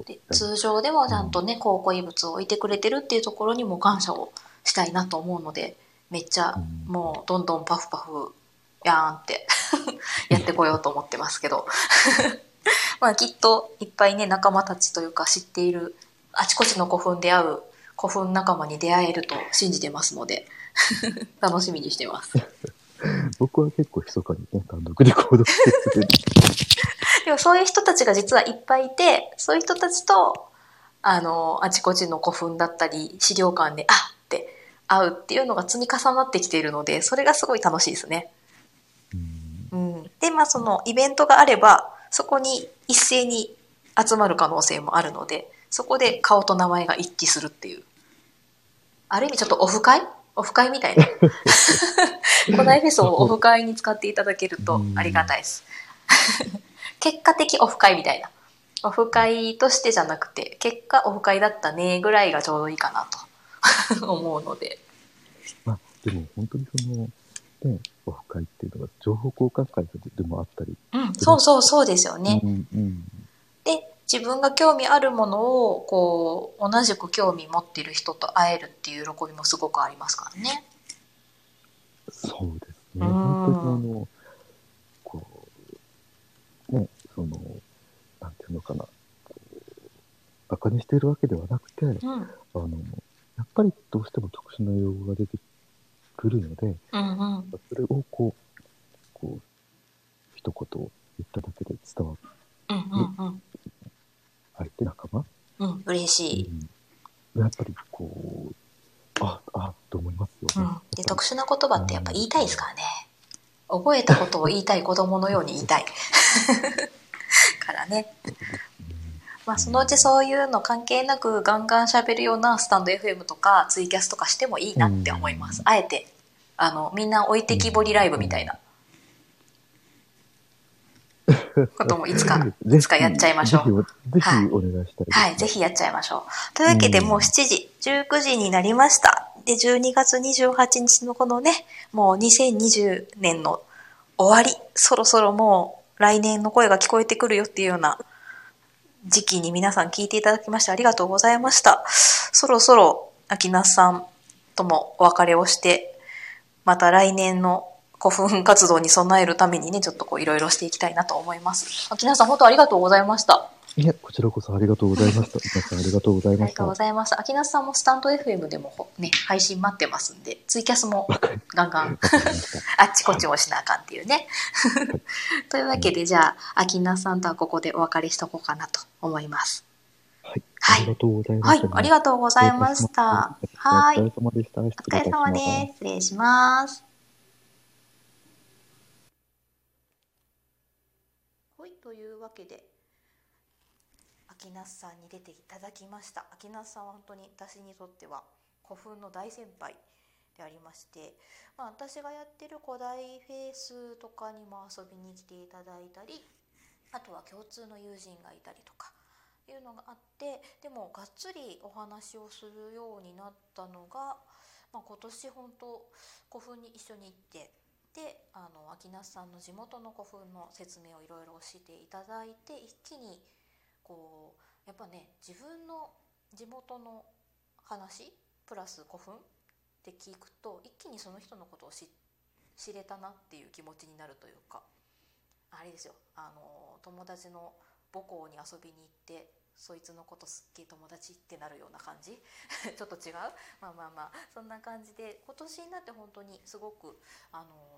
で通常でもちゃんとね、考古遺物を置いてくれてるっていうところにも感謝をしたいなと思うので、めっちゃもうどんどんパフパフやーんってやってこようと思ってますけどまあきっといっぱいね、仲間たちというか知っているあちこちの古墳で会う古墳仲間に出会えると信じてますので楽しみにしてます僕は結構密かにね、単独で行動してるでもそういう人たちが実はいっぱいいて、そういう人たちとあのあちこちの古墳だったり資料館であって会うっていうのが積み重なってきているので、それがすごい楽しいですね。うん、でまあそのイベントがあればそこに一斉に集まる可能性もあるので、そこで顔と名前が一致するっていう、ある意味ちょっとオフ会オフ会みたいな古代フェスをオフ会に使っていただけるとありがたいです結果的オフ会みたいな、オフ会としてじゃなくて結果オフ会だったねぐらいがちょうどいいかなと思うので、 まあでも本当にそのね、オフ会っていうのが情報交換会でもあったり、 うん、そうそうそうですよね、 うんうん、 で自分が興味あるものをこう同じく興味持っている人と会えるっていう喜びもすごくありますからね。 そうですね、本当にあのこうね、そのなんていうのかな、バカにしているわけではなくて、うん、あのやっぱりどうしても特殊な用語が出てくるので、うんうん、それをこうこう一言言っただけで伝わる、うんうんうん、相手仲間、 うん、嬉しい、 うん、やっぱりこうああと思いますよね、 うん、で特殊な言葉ってやっぱ言いたいですからね、うん、覚えたことを言いたい子供のように言いたいからねまあ、そのうちそういうの関係なくガンガン喋るようなスタンド エフエム とかツイキャスとかしてもいいなって思います。あえてあのみんな置いてきぼりライブみたいなこともいつかいつかやっちゃいましょう。 ぜひお願いしたいです。 はい、ぜひやっちゃいましょう。というわけでもうしちじ、じゅうくじになりました。でじゅうにがつにじゅうはちにちのこのね、もうにせんにじゅうねんの終わり、そろそろもう来年の声が聞こえてくるよっていうような時期に皆さん聞いていただきましてありがとうございました。そろそろ秋那さんともお別れをして、また来年の古墳活動に備えるためにね、ちょっとこういろいろしていきたいなと思います。秋那さん本当ありがとうございました。 いや、こちらこそありがとうございました。皆さんありがとうございました。ありがとうございました。 秋那さんもスタンド エフエム でもね、配信待ってますんで、ツイキャスもガンガンあっちこっちもしなあかんっていうね。というわけで、じゃあ、秋那さんとはここでお別れしとこうかなと思います。 はい。ありがとうございました、ね。 はい。ありがとうございました。はい。 お疲れ様でした。 お疲れ様です。失礼します。はい。というわけで、秋那さんに出ていただきました。秋那さんは本当に私にとっては古墳の大先輩でありまして、まあ、私がやってる古代フェイスとかにも遊びに来ていただいたり、あとは共通の友人がいたりとかいうのがあって、でもがっつりお話をするようになったのが、まあ、今年本当古墳に一緒に行ってで、あの秋那さんの地元の古墳の説明をいろいろしていただいて、一気にこうやっぱね、自分の地元の話プラス古墳って聞くと一気にその人のことを 知, 知れたなっていう気持ちになるというか、あれですよ、あの友達の母校に遊びに行ってそいつのことすっげえ友達ってなるような感じちょっと違う、まあまあまあそんな感じで、今年になって本当にすごくあの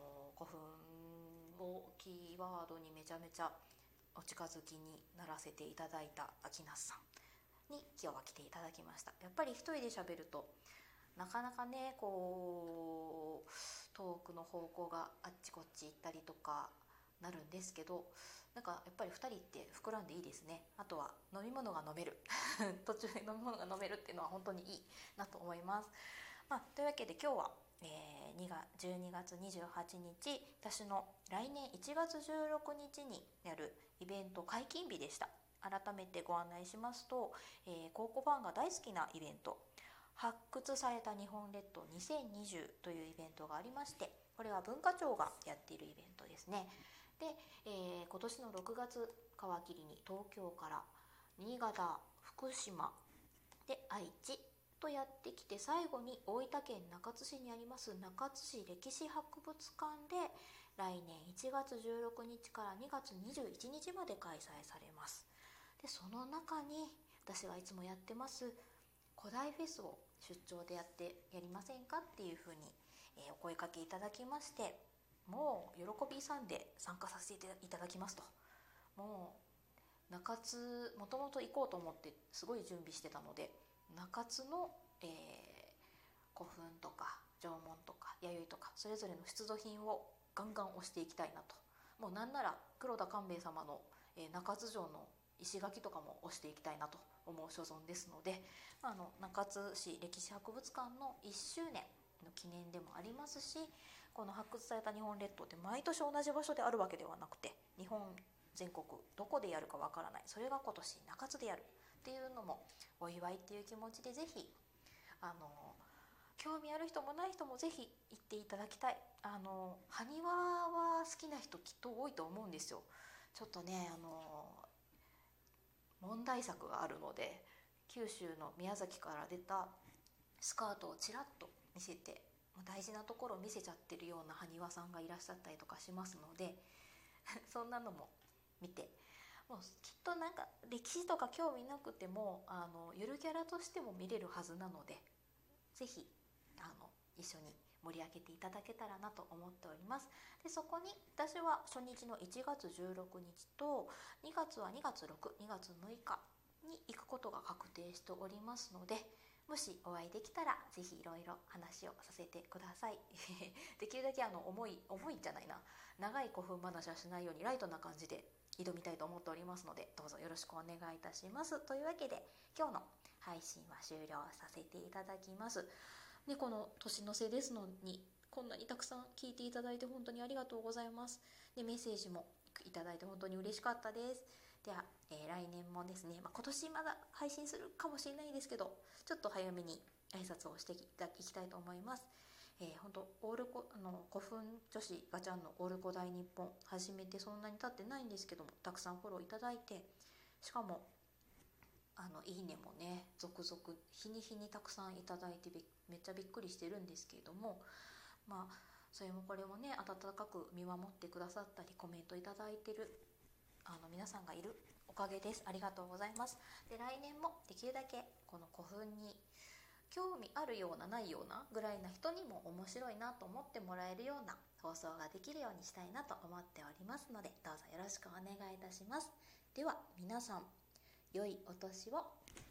古墳をキーワードにめちゃめちゃお近づきにならせていただいた秋那さんに今日は来ていただきました。やっぱり一人で喋るとなかなかねこうトークの方向があっちこっち行ったりとかなるんですけど、なんかやっぱりふたりって膨らんでいいですね。あとは飲み物が飲める途中で飲み物が飲めるっていうのは本当にいいなと思います。まあ、というわけで今日は、えー、じゅうにがつにじゅうはちにち私の来年いちがつじゅうろくにちにやるイベント解禁日でした。改めてご案内しますと、えー、考古ファンが大好きなイベント、発掘された日本列島にせんにじゅうというイベントがありまして、これは文化庁がやっているイベントですね。で、えー、今年のろくがつ皮切りに東京から新潟、福島で愛知とやってきて、最後に大分県中津市にあります中津市歴史博物館で来年いちがつじゅうろくにちからにがつにじゅういちにちまで開催されます。でその中に私がいつもやってます古代フェスを出張でやってやりませんかっていうふうに、えー、お声かけいただきまして、もう喜びさんで参加させていただきますと。もう中津もともと行こうと思ってすごい準備してたので、中津の、えー、古墳とか縄文とか弥生とかそれぞれの出土品をガンガン押していきたいなと。もうなんなら黒田官兵衛様の、えー、中津城の石垣とかも押していきたいなと思う所存ですので、あの中津市歴史博物館のいっしゅうねんの記念でもありますし、この発掘された日本列島って毎年同じ場所であるわけではなくて、日本全国どこでやるかわからない、それが今年中津でやるっていうのもお祝いっていう気持ちで、ぜひあの興味ある人もない人もぜひ行っていただきたい。あの埴輪は好きな人きっと多いと思うんですよ。ちょっとねあの問題作があるので、九州の宮崎から出たスカートをちらっと見せて大事なところを見せちゃってるような埴輪さんがいらっしゃったりとかしますのでそんなのも見て、もうきっとなんか歴史とか興味なくてもあのゆるキャラとしても見れるはずなので、ぜひあの一緒に盛り上げていただけたらなと思っております。でそこに私は初日のいちがつじゅうろくにちとにがつはにがつろく、にがつむいかに行くことが確定しておりますので、もしお会いできたらぜひいろいろ話をさせてくださいできるだけあの重い重いじゃないな長い古墳話はしないようにライトな感じで挑みたいと思っておりますので、どうぞよろしくお願いいたします。というわけで今日の配信は終了させていただきます。でこの年の瀬ですのにこんなにたくさん聞いていただいて本当にありがとうございます。でメッセージもいただいて本当に嬉しかったです。では、えー、来年もですね、まあ、今年まだ配信するかもしれないですけど、ちょっと早めに挨拶をしていきたいと思います。えー、本当オールコあの古墳女子ガチャンのオール古代日本始めてそんなに経ってないんですけども、たくさんフォローいただいて、しかもあのいいねもね続々日に日にたくさんいただいてめっちゃびっくりしてるんですけれども、まあそれもこれもね温かく見守ってくださったりコメントいただいてるあの皆さんがいるおかげです。ありがとうございます。で来年もできるだけこの古墳に興味あるようなないようなぐらいな人にも面白いなと思ってもらえるような放送ができるようにしたいなと思っておりますので、どうぞよろしくお願いいたします。では皆さん良いお年を。